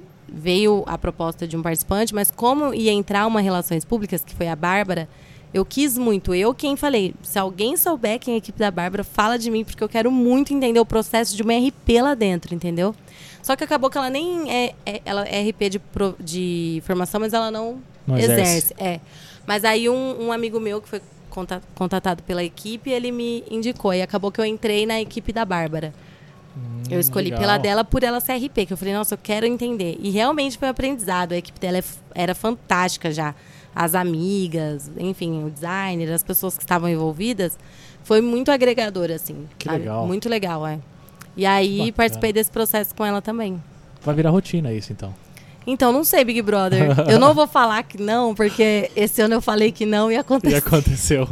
veio a proposta de um participante, mas como ia entrar uma Relações Públicas, que foi a Bárbara, eu quis muito. Eu quem falei, se alguém souber quem é a equipe da Bárbara, fala de mim, porque eu quero muito entender o processo de uma R P lá dentro, entendeu? Só que acabou que ela nem é, é- ela é R P de, pro- de formação, mas ela não, Não exerce. exerce. É. Mas aí um, um amigo meu que foi conta- contatado pela equipe, ele me indicou. E acabou que eu entrei na equipe da Bárbara. Hum, Eu escolhi legal. pela dela por ela ser R P, que eu falei, nossa, eu quero entender. E realmente foi um aprendizado. A equipe dela é f- era fantástica já. As amigas, enfim, o designer, as pessoas que estavam envolvidas. Foi muito agregador, assim. Que sabe? legal. Muito legal, é. E aí Bacana. participei desse processo com ela também. Vai virar rotina isso, então. Então, não sei, Big Brother. Eu não vou falar que não, porque esse ano eu falei que não e E aconteceu. aconteceu.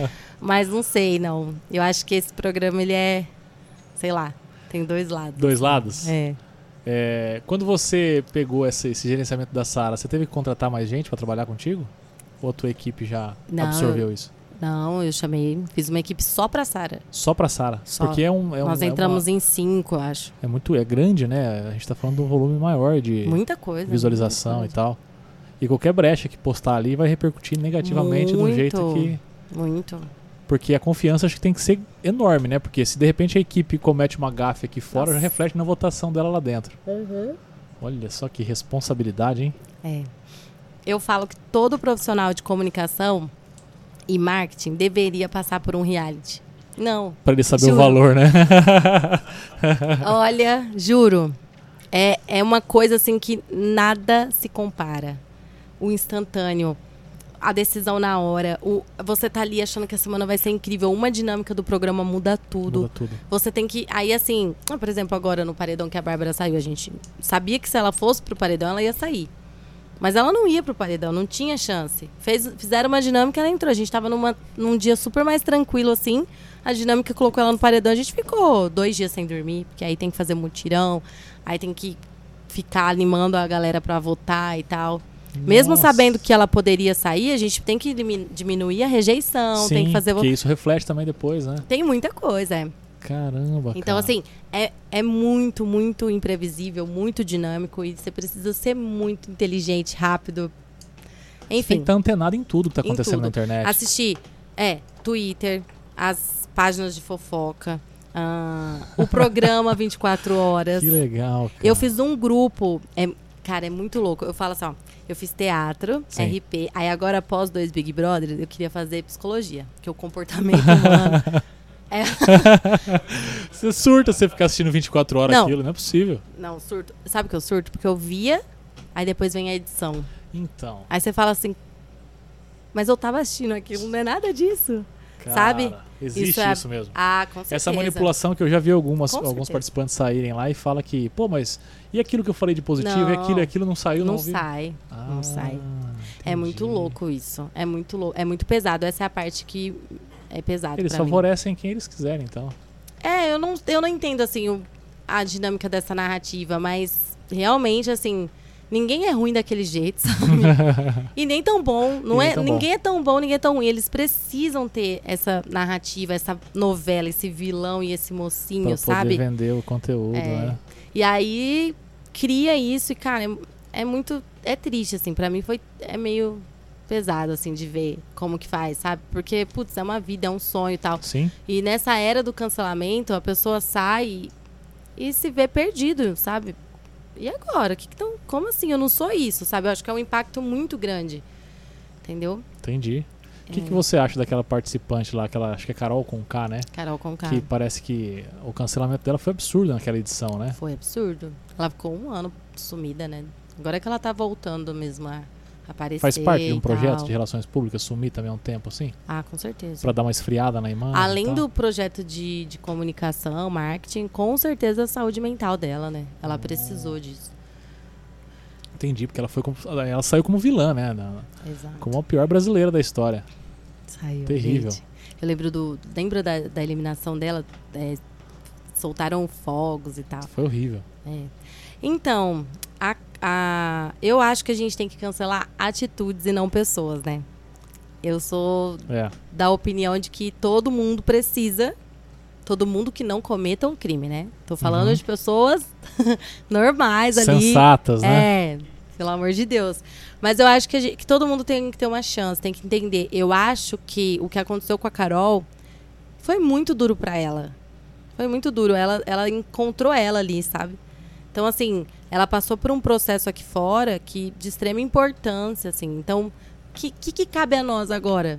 Mas não sei, não. Eu acho que esse programa, ele é, sei lá, tem dois lados. Dois lados? É. É, quando você pegou esse, esse gerenciamento da Sara, você teve que contratar mais gente para trabalhar contigo? Ou a tua equipe já Não, absorveu isso? Não, eu chamei, fiz uma equipe só pra Sara. Só pra Sara? Só. Porque é um... É Nós um, entramos é, uma- em cinco, eu acho. é muito... É grande, né? A gente tá falando de um volume maior de Muita coisa. visualização muita e tal. E qualquer brecha que postar ali vai repercutir negativamente Muito. do jeito que... coisa. Muito. Porque a confiança acho que tem que ser enorme, né? Porque se de repente a equipe comete uma gafe aqui fora, Nossa. já reflete na votação dela lá dentro. Olha só que responsabilidade, hein? É. Eu falo que todo profissional de comunicação e marketing deveria passar por um reality. Não. Pra ele saber Juro. o valor, né? Olha, juro. É, é uma coisa assim que nada se compara. O instantâneo, a decisão na hora, o, você tá ali achando que a semana vai ser incrível. Uma dinâmica do programa muda tudo. Muda tudo. Você tem que. Aí, assim, ah, por exemplo, agora no paredão que a Bárbara saiu, a gente sabia que se ela fosse pro paredão, ela ia sair. Mas ela não ia pro paredão, não tinha chance. Fez, fizeram uma dinâmica, ela entrou. A gente tava numa, num dia super mais tranquilo, assim. A dinâmica colocou ela no paredão, a gente ficou dois dias sem dormir, porque aí tem que fazer mutirão, aí tem que ficar animando a galera pra votar e tal. Mesmo Nossa. sabendo que ela poderia sair, a gente tem que dimi- diminuir a rejeição, Sim, tem que fazer... que isso reflete também depois, né? Tem muita coisa, é. Caramba, Então, cara. assim, é, é muito, muito imprevisível, muito dinâmico e você precisa ser muito inteligente, rápido. Você tem Enfim, que estar antenado em tudo que tá em acontecendo tudo. na internet. assistir, é, Twitter, as páginas de fofoca, ah, o programa vinte e quatro horas. Que legal, cara. Eu fiz um grupo, é, Cara, é muito louco. Eu falo assim, ó, eu fiz teatro, Sim. R P, aí agora após dois Big Brothers, eu queria fazer psicologia, que o comportamento humano é... Você surta você ficar assistindo vinte e quatro horas Não. aquilo, não é possível. Não, surto. Sabe que eu surto? Porque eu via, aí depois vem a edição. Então, Aí você fala assim, mas eu tava assistindo aquilo, não é nada disso. cara, Sabe? existe Isso isso, é- mesmo. Ah, com certeza. Essa manipulação que eu já vi algumas, Com alguns certeza. participantes saírem lá e fala que, pô, mas e aquilo que eu falei de positivo, e Não. aquilo e aquilo não saiu, não, Não ouvi? sai, Ah, não sai. É entendi. muito louco isso. É muito louco. É muito pesado. Essa é a parte que é pesada Eles pra mim. favorecem quem eles quiserem, então. É, eu não, eu não entendo, assim, o- a dinâmica dessa narrativa, mas realmente, assim, ninguém é ruim daquele jeito, sabe? E nem tão bom. Não nem é, tão bom. ninguém é tão bom, ninguém é tão ruim. Eles precisam ter essa narrativa, essa novela, esse vilão e esse mocinho, Pra poder sabe? vender o conteúdo, É. né? E aí cria isso e, cara, é, é muito. É triste, assim. Pra mim foi. É meio pesado, assim, de ver como que faz, sabe? Porque, putz, é uma vida, é um sonho e tal. Sim, E nessa era do cancelamento, a pessoa sai e, e se vê perdido, sabe? E agora? Que que tão, como assim? Eu não sou isso, sabe? Eu acho que é um impacto muito grande. Entendeu? entendi. O que, É. que você acha daquela participante lá, aquela, acho que é Carol com K, né? Carol Conká. Que parece que o cancelamento dela foi absurdo naquela edição, né? Foi absurdo. Ela ficou um ano sumida, né? Agora que ela tá voltando mesmo a aparecer. Faz parte de um e projeto tal. de relações públicas sumir também há um tempo, assim? Ah, com certeza. Pra dar uma esfriada na imagem e Além tal? do projeto de, de comunicação, marketing, com certeza a saúde mental dela, né? Ela precisou disso. Entendi, porque ela foi como- ela saiu como vilã, né? Na- Exato. Como a pior brasileira da história. Saiu, Terrível. gente. Eu lembro do. Lembro da, da eliminação dela? É, soltaram fogos e tal. Foi horrível. É. Então, a, a, eu acho que a gente tem que cancelar atitudes e não pessoas, né? Eu sou É, da opinião de que todo mundo precisa, todo mundo que não cometa um crime, né? Tô falando Uhum. de pessoas normais ali. sensatas, né? É, pelo amor de Deus. Mas eu acho que, a gente- que todo mundo tem que ter uma chance, tem que entender. Eu acho que o que aconteceu com a Carol foi muito duro pra ela. Foi muito duro. Ela, ela encontrou ela ali, sabe? Então, assim, ela passou por um processo aqui fora que de extrema importância, assim. Então, o que, que, que cabe a nós agora?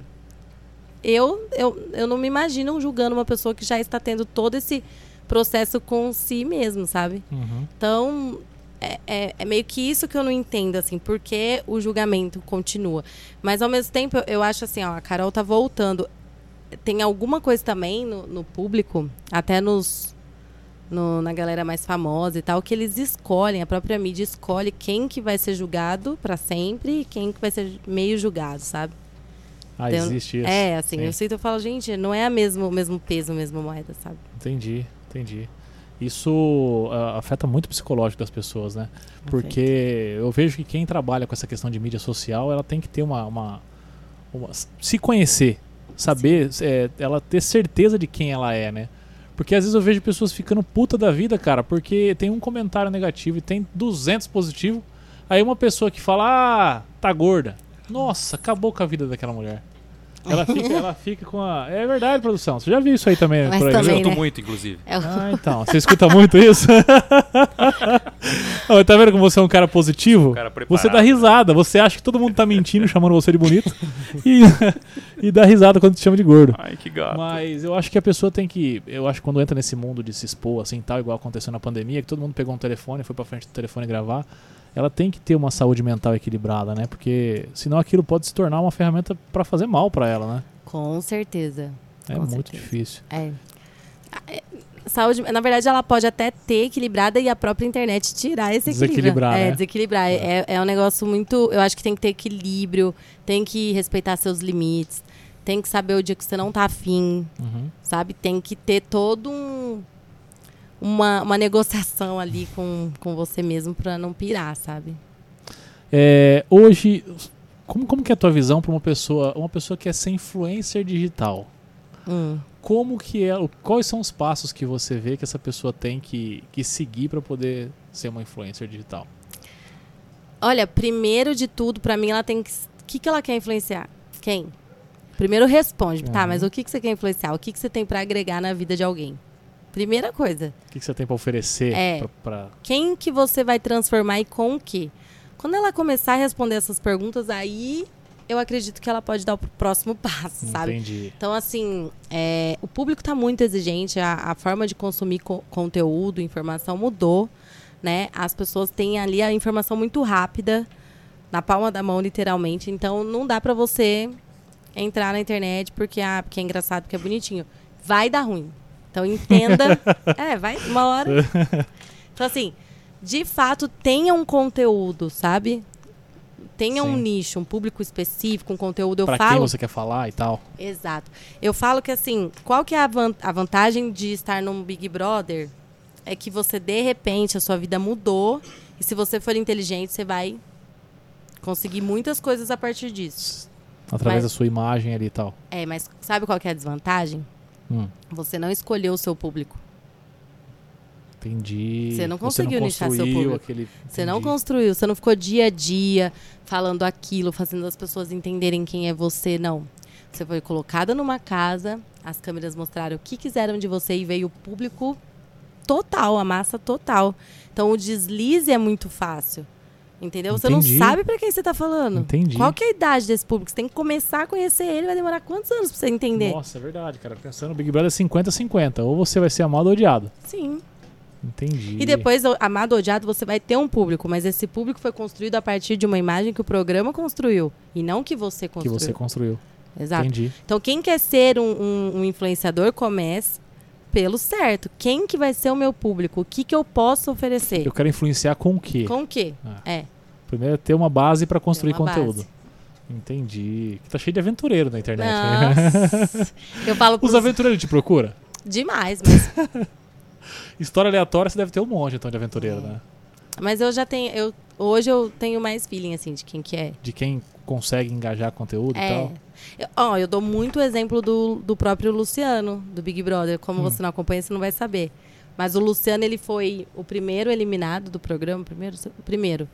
Eu, eu, eu não me imagino julgando uma pessoa que já está tendo todo esse processo com si mesmo, sabe? Uhum. Então, é, é, é meio que isso que eu não entendo, assim, porque o julgamento continua. Mas, ao mesmo tempo, eu, eu acho assim, ó, a Carol tá voltando. Tem alguma coisa também no, no público, até nos, no- na galera mais famosa e tal, que eles escolhem, a própria mídia escolhe quem que vai ser julgado pra sempre e quem que vai ser meio julgado, sabe? Ah, Então, existe isso. É, assim, Sim. eu sinto, eu falo, gente, não é a mesmo, o mesmo peso, a mesma moeda, sabe? Entendi, entendi. Isso ah, afeta muito o psicológico das pessoas, né? Porque eu vejo que quem trabalha com essa questão de mídia social, ela tem que ter uma... uma, uma- se conhecer, saber, é, ela ter certeza de quem ela é, né? Porque às vezes eu vejo pessoas ficando puta da vida, cara, porque tem um comentário negativo e tem duzentos positivo. Aí uma pessoa que fala, ah, tá gorda. Nossa, acabou com a vida daquela mulher. Ela fica, ela fica com a... É verdade, produção. Você já viu isso aí também? Mas por aí, também, viu? Escuto né? muito, inclusive. É o- Ah, então. Você escuta muito isso? Ó, tá vendo como você é um cara positivo? Um cara preparado, Você dá risada. Você acha que todo mundo tá mentindo, chamando você de bonito. E, e dá risada quando te chama de gordo. Ai, que gato. Mas eu acho que a pessoa tem que... Eu acho que quando entra nesse mundo de se expor, assim, tal, igual aconteceu na pandemia, que todo mundo pegou um telefone, foi pra frente do telefone gravar, ela tem que ter uma saúde mental equilibrada, né? Porque senão aquilo pode se tornar uma ferramenta pra fazer mal pra ela, né? Com certeza. É Com muito certeza. difícil. É. É, Saúde, na verdade, ela pode até ter equilibrada e a própria internet tirar esse equilíbrio. Desequilibrar, É, né? desequilibrar. É. É um negócio muito. Eu acho que tem que ter equilíbrio, tem que respeitar seus limites, tem que saber o dia que você não tá afim, Uhum. sabe? Tem que ter todo um. Uma, uma negociação ali com, com você mesmo pra não pirar, sabe? É, hoje, como, como que é a tua visão para uma pessoa, uma pessoa que é ser influencer digital? Hum. Como que é, o- quais são os passos que você vê que essa pessoa tem que, que seguir para poder ser uma influencer digital? Olha, primeiro de tudo, pra mim, ela tem que. O que, que ela quer influenciar? Quem? Primeiro responde, tá, Uhum. mas o que, que você quer influenciar? O que, que você tem pra agregar na vida de alguém? Primeira coisa. O que, que você tem pra oferecer? É. Pra, pra... Quem que você vai transformar e com o quê? Quando ela começar a responder essas perguntas, aí eu acredito que ela pode dar o próximo passo, sabe? Entendi. Então, assim, é, o público está muito exigente, a, a forma de consumir co- conteúdo, informação mudou, né? As pessoas têm ali a informação muito rápida, na palma da mão, literalmente. Então, não dá pra você entrar na internet porque, ah, porque é engraçado, porque é bonitinho. Vai dar ruim. Então, entenda. é, vai, uma hora. Então, assim, de fato, tenha um conteúdo, sabe? Tenha Sim. um nicho, um público específico, um conteúdo. Eu pra falo... quem você quer falar e tal. Exato. Eu falo que, assim, qual que é a, van- a vantagem de estar num Big Brother? É que você, de repente, a sua vida mudou. E se você for inteligente, você vai conseguir muitas coisas a partir disso. Através Mas- da sua imagem ali e tal. É, mas sabe qual que é a desvantagem? Hum, Você não escolheu o seu público. entendi. Você não conseguiu nichar seu construiu público. Aquele... Você não entendi. construiu, você não ficou dia a dia falando aquilo, fazendo as pessoas entenderem quem é você, não. Você foi colocada numa casa, as câmeras mostraram o que quiseram de você e veio o público total, a massa total. Então o deslize é muito fácil. Entendeu? Você Entendi. não sabe pra quem você tá falando. Entendi. Qual que é a idade desse público? Você tem que começar a conhecer ele, vai demorar quantos anos pra você entender? Nossa, é verdade, cara. Pensando no Big Brother cinquenta a cinquenta. Ou você vai ser amado ou odiado. Sim. Entendi. E depois, o- amado ou odiado, você vai ter um público, mas esse público foi construído a partir de uma imagem que o programa construiu e não que você Que construiu. você construiu. Exato. Entendi. Então, quem quer ser um, um- um influenciador, comece pelo certo. Quem que vai ser o meu público? O que que eu posso oferecer? Eu quero influenciar com o quê? Com o quê? Ah. É. Primeiro é ter uma base pra construir Ter uma conteúdo. base. Entendi. Tá cheio de aventureiro na internet. né? Nossa. Eu falo Os pros... aventureiros te procuram? demais, mas, História aleatória você deve ter um monte, então, de aventureiro, né? mas eu já tenho... Eu, hoje eu tenho mais feeling, assim, de quem que é. De quem consegue engajar conteúdo e É. tal. Eu, ó, eu dou muito exemplo do, do próprio Luciano, do Big Brother. Como Hum. você não acompanha, você não vai saber. Mas o Luciano, ele foi o primeiro eliminado do programa. Primeiro? O primeiro.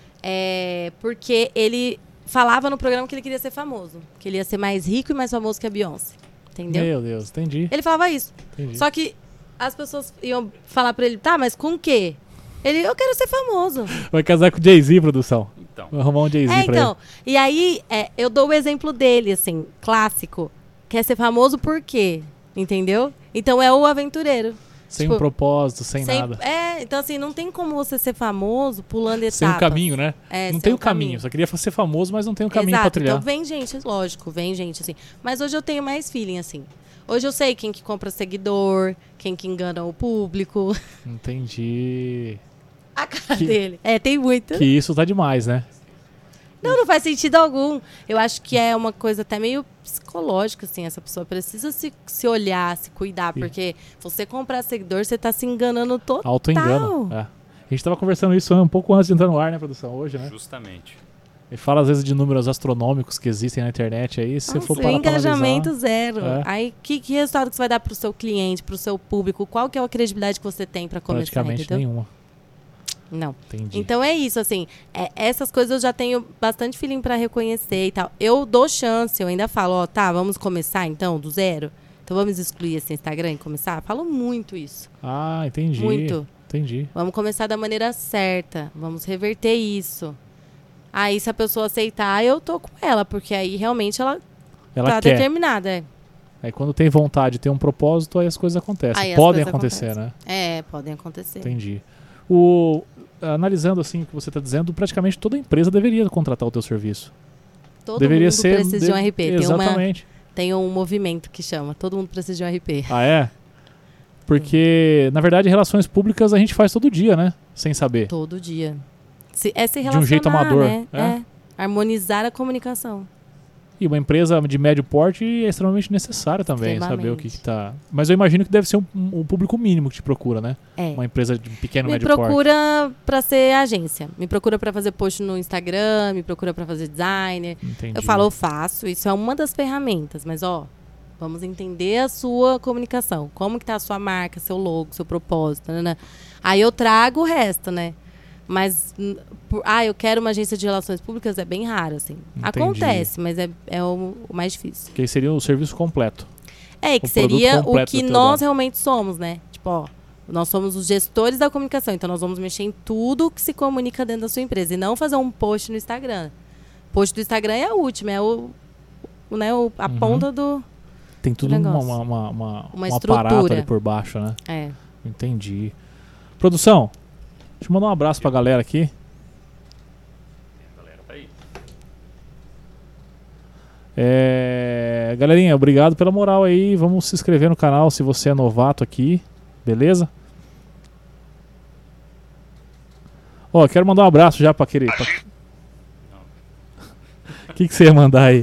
É, porque ele falava no programa que ele queria ser famoso. Que ele ia ser mais rico e mais famoso que a Beyoncé. Entendeu? Meu Deus, entendi. Ele falava isso. entendi. Só que as pessoas iam falar pra ele, tá, mas com o quê? Ele, eu quero ser famoso. Vai casar com o Jay-Z, produção. Então, Vai arrumar um Jay-Z É, pra então. E aí, é, eu dou o exemplo dele, assim, clássico. Quer ser famoso por quê? Entendeu? Então é o aventureiro. ele. Sem tipo, um propósito, sem, Sem- nada. É, então assim, não tem como você ser famoso pulando etapas. Sem um caminho, né? É, não sem tem um o caminho. Só queria ser famoso, mas não tem um caminho Exato, pra trilhar. então vem gente, lógico, vem gente, assim. Mas hoje eu tenho mais feeling, assim. Hoje eu sei quem que compra seguidor, quem que engana o público. Entendi. A cara Que- dele. É, tem muito. Que isso tá demais, né? Não, não faz sentido algum. Eu acho que é uma coisa até meio psicológica, assim. Essa pessoa precisa se, se olhar, se cuidar. Sim. Porque você comprar seguidor, você tá se enganando total. Auto-engano. É. A gente tava conversando isso um pouco antes de entrar no ar, né, produção? Hoje, né? justamente. E fala às vezes de números astronômicos que existem na internet aí. Se você Nossa, for o parar pra engajamento analisar, zero. É. Aí, que, que resultado que você vai dar pro seu cliente, pro seu público? Qual que é a credibilidade que você tem pra começar, praticamente entendeu? nenhuma. Não. Entendi. Então é isso, assim, é- essas coisas eu já tenho bastante feeling pra reconhecer e tal. Eu dou chance, eu ainda falo, ó, tá, vamos começar então, do zero? Então vamos excluir esse Instagram e começar? Falo muito isso. Ah, entendi. Muito. Entendi. Vamos começar da maneira certa, vamos reverter isso. Aí se a pessoa aceitar, eu tô com ela, porque aí realmente ela, Ela tá quer. determinada. É. Aí quando tem vontade, tem um propósito, aí as coisas acontecem. Aí as Podem coisas acontecer, acontecem. né? é, podem acontecer. Entendi. O, analisando assim o que você está dizendo, praticamente toda empresa deveria contratar o teu serviço. Todo deveria mundo ser precisa de um de- R P. Tem, uma, Exatamente. tem um movimento que chama, todo mundo precisa de um R P. Ah, é? Porque, na verdade, relações públicas a gente faz todo dia, né? Sem saber. Todo dia. Se, é se De um relacionar, jeito amador, né? é? É. Harmonizar a comunicação. E uma empresa de médio porte é extremamente necessária também, saber o que, que tá. Mas eu imagino que deve ser um, um público mínimo que te procura, né? É. Uma empresa de pequeno Me médio porte. procura pra ser agência. Me procura pra fazer post no Instagram, me procura pra fazer designer. Entendi. Eu falo, eu faço. Isso é uma das ferramentas. Mas, ó, vamos entender a sua comunicação. Como que tá a sua marca, seu logo, seu propósito. Né? Aí eu trago o resto, né? Mas, n- por- ah, eu quero uma agência de relações públicas, é bem raro, assim. Entendi. Acontece, mas é, é o, o mais difícil. Que aí seria o serviço completo. É, que o produto seria o completo que do nós Teodoro. realmente somos, né? Tipo, ó, nós somos os gestores da comunicação, então nós vamos mexer em tudo que se comunica dentro da sua empresa e não fazer um post no Instagram. Post do Instagram é a última, é o, o, né, o, a Uhum. ponta do... Tem tudo uma, negócio. uma, uma, uma, Uma um aparato estrutura. ali por baixo, né? É. Entendi. Produção, deixa eu mandar um abraço pra galera aqui. A galera tá aí. É... Galerinha, obrigado pela moral aí. Vamos se inscrever no canal se você é novato aqui. Beleza? Ó, quero mandar um abraço já pra aquele... Pra... O que, que você ia mandar aí?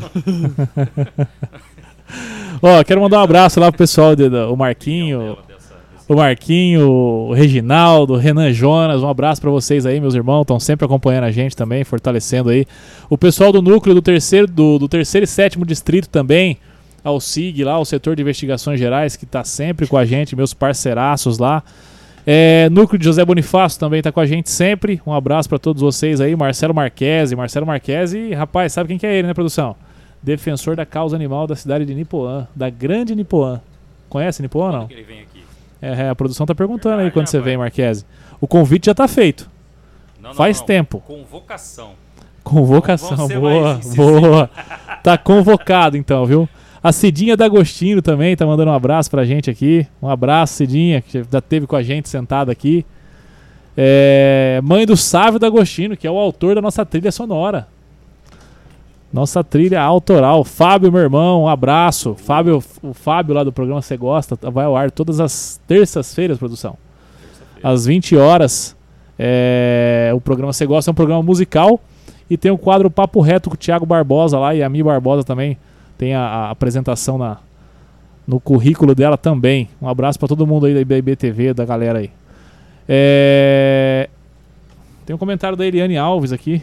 Ó, quero mandar um abraço lá pro pessoal, de, do, o Marquinho, o Marquinho, o Reginaldo, o Renan Jonas, um abraço pra vocês aí, meus irmãos, estão sempre acompanhando a gente também, fortalecendo aí. O pessoal do núcleo do terceiro, do, do terceiro e sétimo distrito também, ao S I G lá, o setor de investigações gerais, que tá sempre com a gente, meus parceiraços lá. É, núcleo de José Bonifácio também tá com a gente sempre, um abraço pra todos vocês aí, Marcelo Marquesi, Marcelo Marquesi, rapaz, sabe quem que é ele, né, produção? Defensor da causa animal da cidade de Nipoã, da grande Nipoã. Conhece Nipoã ou Quando não? que ele vem aqui? É, é, a produção tá perguntando aí Verdade, quando né, você rapaz? vem, Marquesi. O convite já tá feito. Não, não, Faz não. tempo. Convocação. Convocação, Vamos ser boa, mais incisivo. boa. Tá convocado então, viu? A Cidinha D'Agostino também tá mandando um abraço pra gente aqui. Um abraço, Cidinha, que já esteve com a gente sentada aqui. É, mãe do Sávio D'Agostino, que é o autor da nossa trilha sonora. Nossa trilha autoral. Fábio, meu irmão, um abraço. Fábio, o Fábio lá do programa Você Gosta vai ao ar todas as terças-feiras, produção. Terça-feira. Às vinte horas. É, o programa Você Gosta é um programa musical. E tem o quadro Papo Reto com o Thiago Barbosa lá. E a Mi Barbosa também tem a, a apresentação na, no currículo dela também. Um abraço pra todo mundo aí da I B T V, da galera aí. É, tem um comentário da Eliane Alves aqui.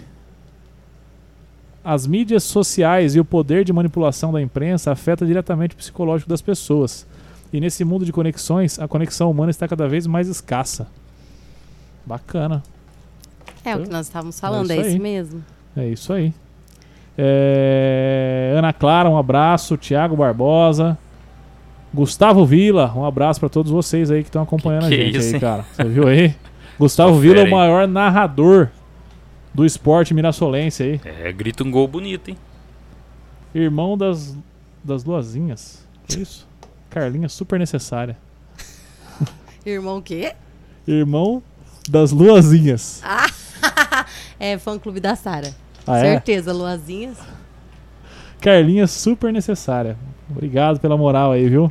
As mídias sociais e o poder de manipulação da imprensa afeta diretamente o psicológico das pessoas. E nesse mundo de conexões, a conexão humana está cada vez mais escassa. Bacana. É o que nós estávamos falando, É é isso isso aí. mesmo. É isso aí. É, Ana Clara, um abraço. Tiago Barbosa. Gustavo Vila, um abraço pra todos vocês aí que estão acompanhando Que a que é gente isso, aí, hein? cara. Você viu aí? Gustavo Tá Vila é fera, o hein? maior narrador do esporte mirassolense aí. É, grita um gol bonito, hein? Irmão das, das Luazinhas. Que isso? Carlinha super necessária. Irmão o quê? Irmão das Luazinhas. É fã-clube da Sara. Ah, é? Certeza, Luazinhas. Carlinha super necessária. Obrigado pela moral aí, viu?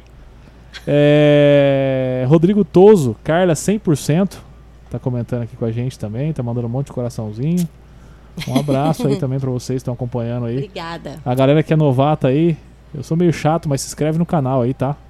É, Rodrigo Toso, Carla cem por cento. Tá comentando aqui com a gente também. Tá mandando um monte de coraçãozinho. Um abraço aí também pra vocês que estão acompanhando aí. Obrigada. A galera que é novata aí, eu sou meio chato, mas se inscreve no canal aí, tá?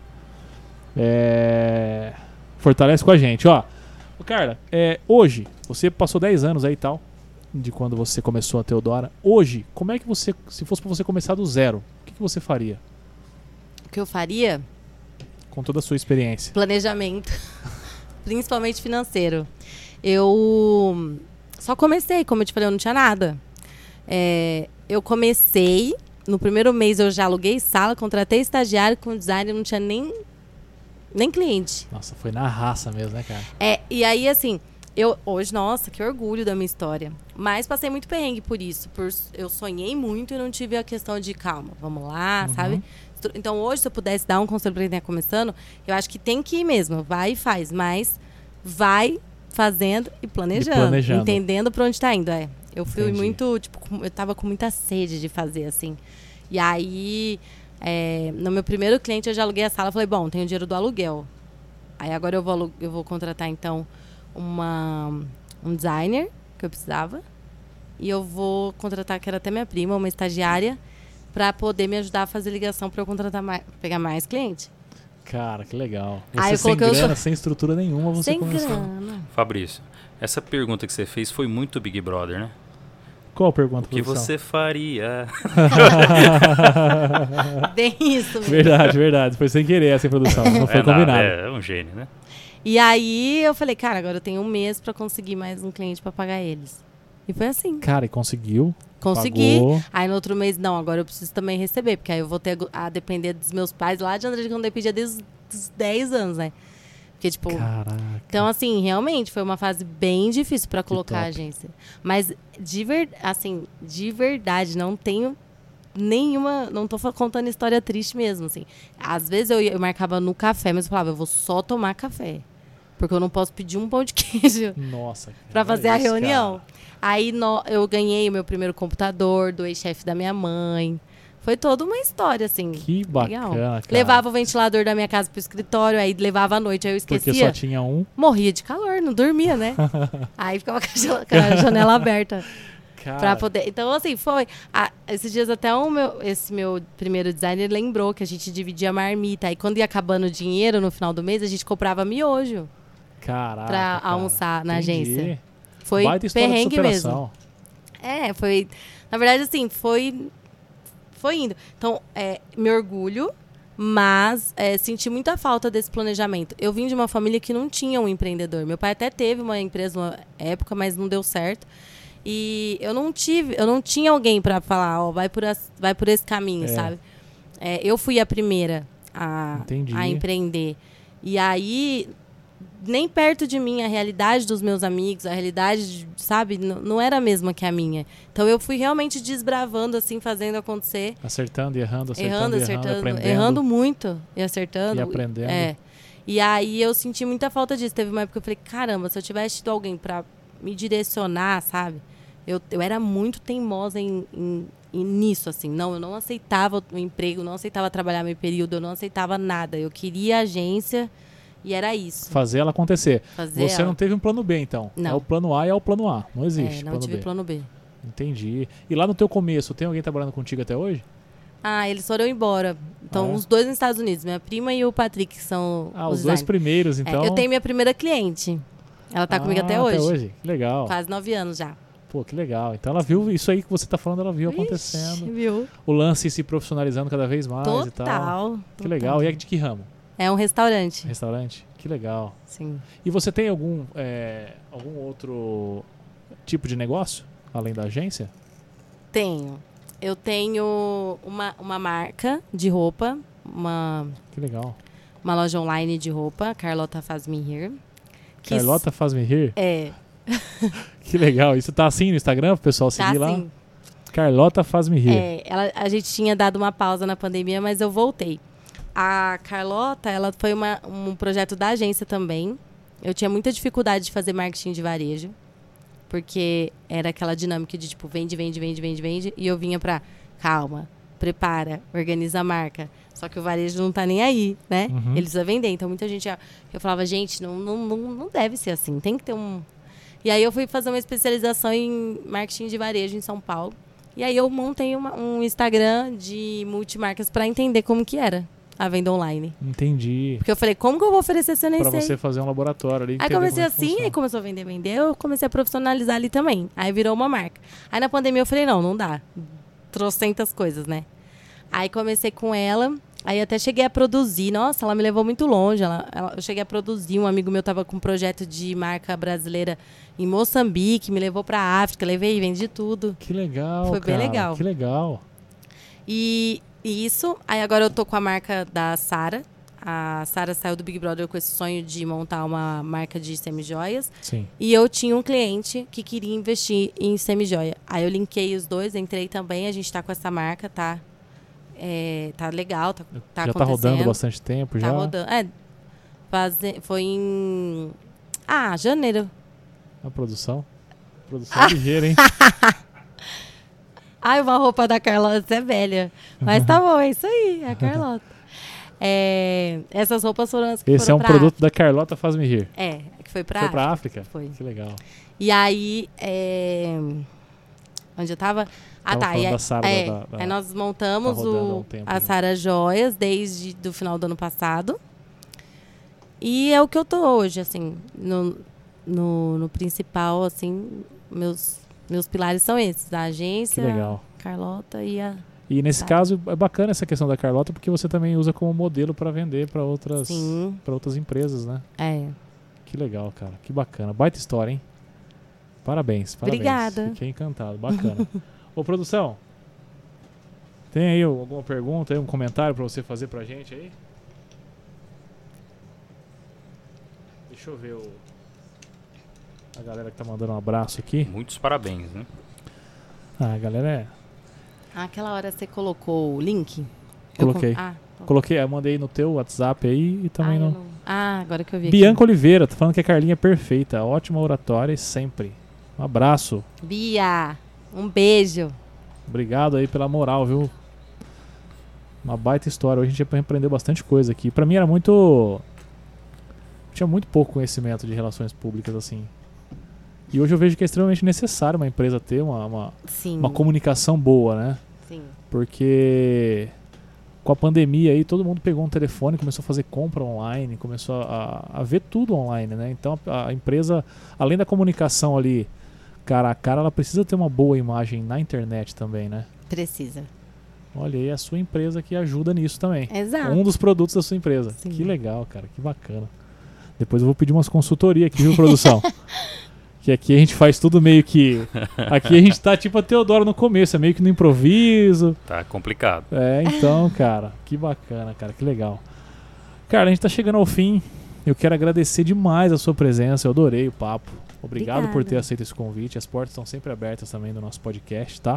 É... Fortalece com a gente, ó. Ô, Carla, é, hoje, você passou dez anos aí e tal, de quando você começou a Teodora. Hoje, como é que você, se fosse pra você começar do zero, o que, que você faria? O que eu faria? Com toda a sua experiência. Planejamento. Principalmente financeiro. Eu só comecei, como eu te falei, eu não tinha nada. É, eu comecei, no primeiro mês eu já aluguei sala, contratei estagiário com designer, não tinha nem, nem cliente. Nossa, foi na raça mesmo, né, cara? É, e aí, assim, eu hoje, nossa, que orgulho da minha história. Mas passei muito perrengue por isso. Por, eu sonhei muito e não tive a questão de calma, vamos lá, Uhum. sabe? Então, hoje, se eu pudesse dar um conselho pra quem está começando, eu acho que tem que ir mesmo. Vai e faz, mas vai fazendo e planejando. E planejando. Entendendo pra onde tá indo. É. Eu fui Entendi. muito, tipo, com- eu tava com muita sede de fazer, assim. E aí, é, no meu primeiro cliente, eu já aluguei a sala. Falei, bom, tenho o dinheiro do aluguel. Aí agora eu vou, alu- eu vou contratar, então, uma, um designer, que eu precisava. E eu vou contratar, que era até minha prima, uma estagiária, para poder me ajudar a fazer ligação para eu contratar mais, pegar mais cliente. Cara, que legal. Você Ah, eu sem coloquei o grana, so- sem estrutura nenhuma, você Sem começou. grana. Fabrício, essa pergunta que você fez foi muito Big Brother, né? Qual a pergunta, O que produção? você faria? Bem isso mesmo. Verdade, verdade. Foi sem querer essa produção. Não foi é, nada, combinado. é, é um gênio, né? E aí eu falei, cara, agora eu tenho um mês para conseguir mais um cliente para pagar eles. E foi assim. Cara, e conseguiu? Consegui. Pagou. Aí no outro mês, não, agora eu preciso também receber, porque aí eu vou ter a depender dos meus pais lá de André de Gondim, pedia desde os dez anos, né? Porque, tipo... Caraca. Então, assim, realmente foi uma fase bem difícil pra colocar a agência. Mas, de, ver, assim, de verdade, não tenho nenhuma... Não tô contando história triste mesmo, assim. Às vezes eu, ia, eu marcava no café, mas eu falava, eu vou só tomar café. Porque eu não posso pedir um pão de queijo. Nossa. Cara, pra fazer a isso, reunião. Cara. Aí no, eu ganhei o meu primeiro computador do ex-chefe da minha mãe. Foi toda uma história, assim. Que bacana, cara. Levava o ventilador da minha casa pro escritório, aí levava à noite, aí eu esquecia. Porque só tinha um. Morria de calor, não dormia, né? Aí ficava com a janela aberta. Cara. Pra poder... Então, assim, foi... Ah, esses dias até o meu, esse meu primeiro designer lembrou que a gente dividia a marmita. Aí quando ia acabando o dinheiro no final do mês, a gente comprava miojo. Caraca, pra cara. almoçar na Entendi. agência. Foi Baita história de perrengue superação. mesmo. É, foi... Na verdade, assim, foi... Foi indo. Então, é, me orgulho, mas é, senti muita falta desse planejamento. Eu vim de uma família que não tinha um empreendedor. Meu pai até teve uma empresa uma época, mas não deu certo. E eu não tive, eu não tinha alguém para falar, ó, vai por, as, vai por esse caminho, É. sabe? É, eu fui a primeira a, a empreender. E aí, nem perto de mim, a realidade dos meus amigos, a realidade, sabe, n- não era a mesma que a minha. Então eu fui realmente desbravando, assim, fazendo acontecer. Acertando e errando, acertando Errando, e errando, acertando, aprendendo. errando muito e acertando. E aprendendo. É. E aí eu senti muita falta disso. Teve uma época que eu falei, caramba, se eu tivesse tido alguém pra me direcionar, sabe? Eu, eu era muito teimosa em, em, em nisso, assim. Não, eu não aceitava o emprego, não aceitava trabalhar meio período, eu não aceitava nada. Eu queria agência e era isso. Fazer ela acontecer. Fazer Você ela. não teve um plano B, então. Não. É o plano A e é o plano A. Não existe É, não plano tive B. plano B. Entendi. E lá no teu começo, tem alguém trabalhando contigo até hoje? Ah, eles foram embora. Então, Ah, é? os dois nos Estados Unidos. Minha prima e o Patrick, que são Ah, os os dois designers. primeiros, É, então. eu tenho minha primeira cliente. Ela tá comigo Ah, até hoje. Até hoje. Que legal. Quase nove anos já. Pô, que legal. Então ela viu isso aí que você tá falando, ela viu Ixi, acontecendo. viu? O lance se profissionalizando cada vez mais e tal. Total. Que total. legal. E é de que ramo? É um restaurante. Restaurante? Que legal. Sim. E você tem algum, é, algum outro tipo de negócio, além da agência? Tenho. Eu tenho uma, uma marca de roupa, uma, Que legal. uma loja online de roupa, Carlota Faz Me Here. que Carlota Faz Me Rir? É, Que legal. Isso tá assim no Instagram pro pessoal tá seguir lá? assim. Carlota Faz Me Rir. É, ela, a gente tinha dado uma pausa na pandemia, mas eu voltei. A Carlota, ela foi uma, um projeto da agência também. Eu tinha muita dificuldade de fazer marketing de varejo, porque era aquela dinâmica de, tipo, vende, vende, vende, vende, vende, e eu vinha pra, calma, prepara, organiza a marca. Só que o varejo não tá nem aí, né? Uhum. Ele precisa vender. Então, muita gente... Eu falava, gente, não, não, não, não deve ser assim. Tem que ter um... E aí, eu fui fazer uma especialização em marketing de varejo em São Paulo. E aí, eu montei uma, um Instagram de multimarcas para entender como que era a venda online. Entendi. Porque eu falei, como que eu vou oferecer se eu nem Pra sei? você fazer um laboratório ali. Aí entender comecei como é que assim, funciona. aí começou a vender, vender, eu comecei a profissionalizar ali também. Aí virou uma marca. Aí na pandemia eu falei, não, não dá. Trocentas coisas, né? Aí comecei com ela, aí até cheguei a produzir. Nossa, ela me levou muito longe. Ela, ela- eu cheguei a produzir, um amigo meu tava com um projeto de marca brasileira em Moçambique, me levou pra África, levei, vendi tudo. Que legal, Foi bem cara. legal. Que legal. E, e isso, aí agora eu tô com a marca da Sara. A Sara saiu do Big Brother com esse sonho de montar uma marca de semijoias. Sim. E eu tinha um cliente que queria investir em semijoia. Aí eu linkei os dois, entrei também, a gente tá com essa marca, tá? É, tá legal, tá, tá já tá acontecendo. rodando bastante tempo Tá já. rodando. É, faze- foi em... Ah, janeiro. A produção. Produção ligeira, hein? Ai, uma roupa da Carlota é velha. Mas tá bom, é isso aí, é a Carlota. É, essas roupas foram as que Esse é foram um pra produto da Carlota Faz Me Rir. É, que foi pra Foi pra África? Foi. Que legal. E aí, é... onde eu tava? Ah, Tava tá. falando E aí, da Sara, é, da- da- aí nós montamos tá rodando há o, um tempo a já. Sara Joias desde do final do ano passado. E é o que eu tô hoje, assim, no, no, no principal, assim, meus, meus pilares são esses. A Que agência, legal. a Carlota e a... E nesse Tá. caso, é bacana essa questão da Carlota, porque você também usa como modelo para vender para outras, Sim, pra outras empresas, né? é. Que legal, cara. Que bacana. Baita história, hein? Parabéns, parabéns. Obrigada. Fiquei encantado, bacana. Ô, produção, tem aí alguma pergunta, aí, um comentário pra você fazer pra gente aí? Deixa eu ver o... a galera que tá mandando um abraço aqui. Muitos parabéns, né? Ah, a galera é... Ah, aquela hora você colocou o link? Coloquei. Eu com... ah, Coloquei, eu mandei no teu WhatsApp aí e também ah, no... não... ah, agora que eu vi Bianca aqui. Oliveira, tá falando que a Carlinha é perfeita, ótima oratória sempre. Um abraço. Bia, um beijo. Obrigado aí pela moral, viu? Uma baita história. Hoje a gente aprendeu bastante coisa aqui. Pra mim era muito... tinha muito pouco conhecimento de relações públicas, assim. E hoje eu vejo que é extremamente necessário uma empresa ter uma, uma, Sim. uma comunicação boa, né? Sim. Porque com a pandemia aí todo mundo pegou um telefone, começou a fazer compra online, começou a, a ver tudo online, né? Então a, a empresa, além da comunicação ali cara a cara, ela precisa ter uma boa imagem na internet também, né? Precisa. Olha aí, a sua empresa que ajuda nisso também. Exato. Um dos produtos da sua empresa. Sim. Que legal, cara, que bacana. Depois eu vou pedir umas consultorias aqui, viu, produção? Que aqui a gente faz tudo meio que... Aqui a gente tá tipo a Teodoro no começo, é meio que no improviso. Tá complicado. É, então, cara, que bacana, cara, que legal. Cara, a gente tá chegando ao fim. Eu quero agradecer demais a sua presença, eu adorei o papo. Obrigado Obrigada. por ter aceito esse convite. As portas estão sempre abertas também do nosso podcast, tá?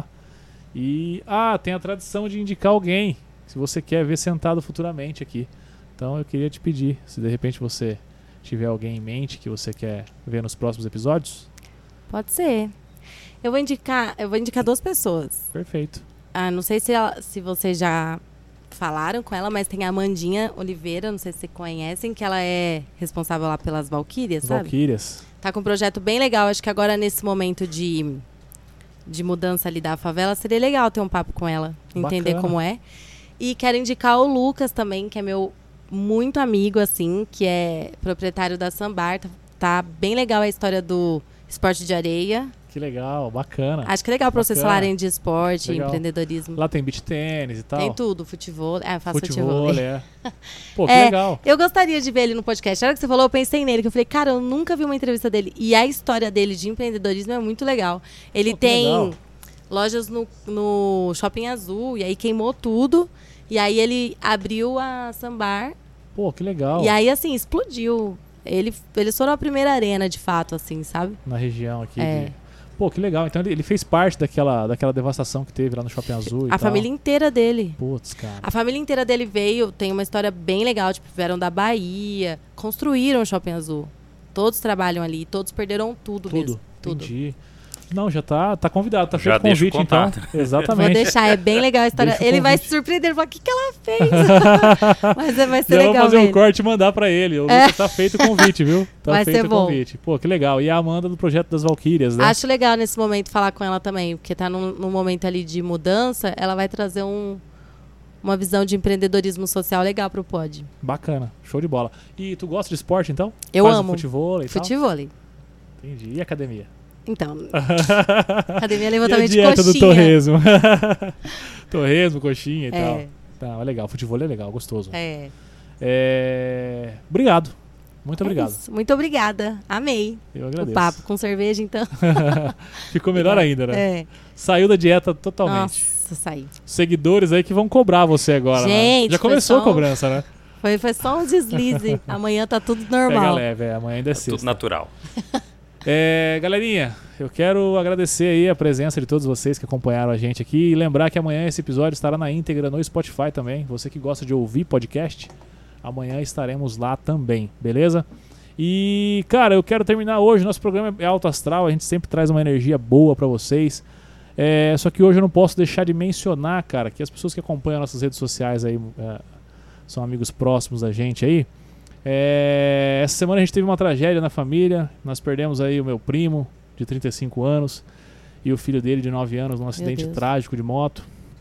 E, ah, tem a tradição de indicar alguém, se você quer ver sentado futuramente aqui. Então eu queria te pedir, se de repente você tiver alguém em mente que você quer ver nos próximos episódios. Pode ser. Eu vou indicar, eu vou indicar duas pessoas. Perfeito. Ah, não sei se, ela, se vocês já falaram com ela, mas tem a Amandinha Oliveira, não sei se vocês conhecem, que ela é responsável lá pelas Valquírias, sabe? Valquírias. Tá com um projeto bem legal. Acho que agora, nesse momento de, de mudança ali da favela, seria legal ter um papo com ela, entender Bacana. como é. E quero indicar o Lucas também, que é meu muito amigo, assim, que é proprietário da Sambar. Tá, tá bem legal a história do esporte de areia. Que legal, bacana. Acho que é legal pra vocês Bacana. falarem de esporte, Legal. empreendedorismo. Lá tem beach tênis e tal. Tem tudo, futebol. Ah, eu faço Futebol, futebol. é. Pô, que É, legal. Eu gostaria de ver ele no podcast. Na hora que você falou, eu pensei nele, que eu falei, cara, eu nunca vi uma entrevista dele. E a história dele de empreendedorismo é muito legal. Ele Pô, que tem legal. lojas no, no Shopping Azul, e aí queimou tudo. E aí ele abriu a Sambar. Pô, que legal. E aí, assim, explodiu. Ele, eles foram a primeira arena, de fato, assim, sabe? Na região aqui. É. de- Pô, que legal. Então ele, ele fez parte daquela, daquela devastação que teve lá no Shopping Azul e A tal. família inteira dele. Putz, cara. A família inteira dele veio, tem uma história bem legal, tipo, vieram da Bahia, construíram o Shopping Azul. Todos trabalham ali, todos perderam tudo, Tudo. mesmo. Tudo. Entendi. Não, já tá, tá convidado, tá Já feito o deixa o convite, então. contato. Vou Exatamente. deixar, é bem legal a história. Deixa o Ele vai convite. se surpreender, ele fala, o que, que ela fez? Mas é- vai ser Já vou legal fazer ver. um corte e mandar pra ele. O É. Lucas tá feito o convite, viu? Tá Vai feito ser o bom. convite. Pô, que legal. E a Amanda do Projeto das Valquírias, né? Acho legal nesse momento falar com ela também, porque tá num, num momento ali de mudança, ela vai trazer um, uma visão de empreendedorismo social legal pro Pod. Bacana. Show de bola. E tu gosta de esporte, então? Eu Faz amo. Um futebol e tal? Futevôlei. Entendi. E academia? Então, academia E a levantamento de dieta do coxinha. torresmo? Torresmo, coxinha e É, tal. Tá, legal. Futebol é legal, gostoso. é. É... Obrigado. Muito É obrigado. isso. Muito obrigada. Amei Eu agradeço. o papo com cerveja, então. Ficou melhor ainda, né? É. Saiu da dieta totalmente. Nossa, saí. Seguidores aí que vão cobrar você agora, Gente, né? Já foi começou só a um- cobrança, né? Foi, foi só um deslize. Amanhã tá tudo Pega normal. leve, é, amanhã ainda é Tudo sexta. natural. É, galerinha, eu quero agradecer aí a presença de todos vocês que acompanharam a gente aqui e lembrar que amanhã esse episódio estará na íntegra no Spotify também. Você que gosta de ouvir podcast, amanhã estaremos lá também, beleza? E, cara, eu quero terminar hoje. Nosso programa é alto astral, a gente sempre traz uma energia boa pra vocês. É, só que hoje eu não posso deixar de mencionar, cara, que as pessoas que acompanham nossas redes sociais aí é, são amigos próximos da gente aí. É, essa semana a gente teve uma tragédia na família. Nós perdemos aí o meu primo, de trinta e cinco anos, e o filho dele, de nove anos, num acidente Deus. trágico de moto.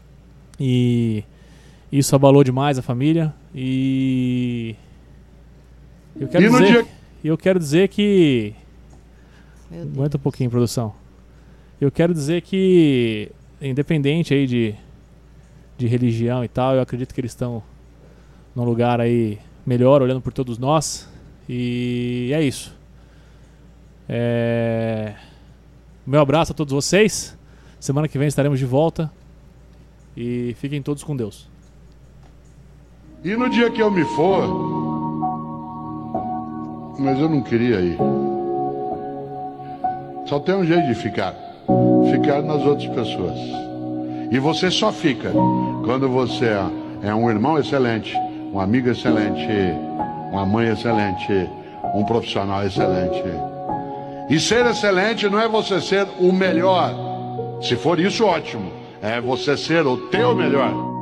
E isso abalou demais a família. E eu quero E no dizer, dia- eu quero dizer que Meu Deus. aguenta um pouquinho, produção. Eu quero dizer que, independente aí de, de religião e tal, eu acredito que eles estão num lugar aí melhor, olhando por todos nós. E é isso. É... Meu abraço a todos vocês. Semana que vem estaremos de volta. E fiquem todos com Deus. E no dia que eu me for, mas eu não queria ir. Só tem um jeito de ficar. Ficar nas outras pessoas. E você só fica quando você é um irmão excelente, um amigo excelente, uma mãe excelente, um profissional excelente. E ser excelente não é você ser o melhor. Se for isso, ótimo. É você ser o teu melhor.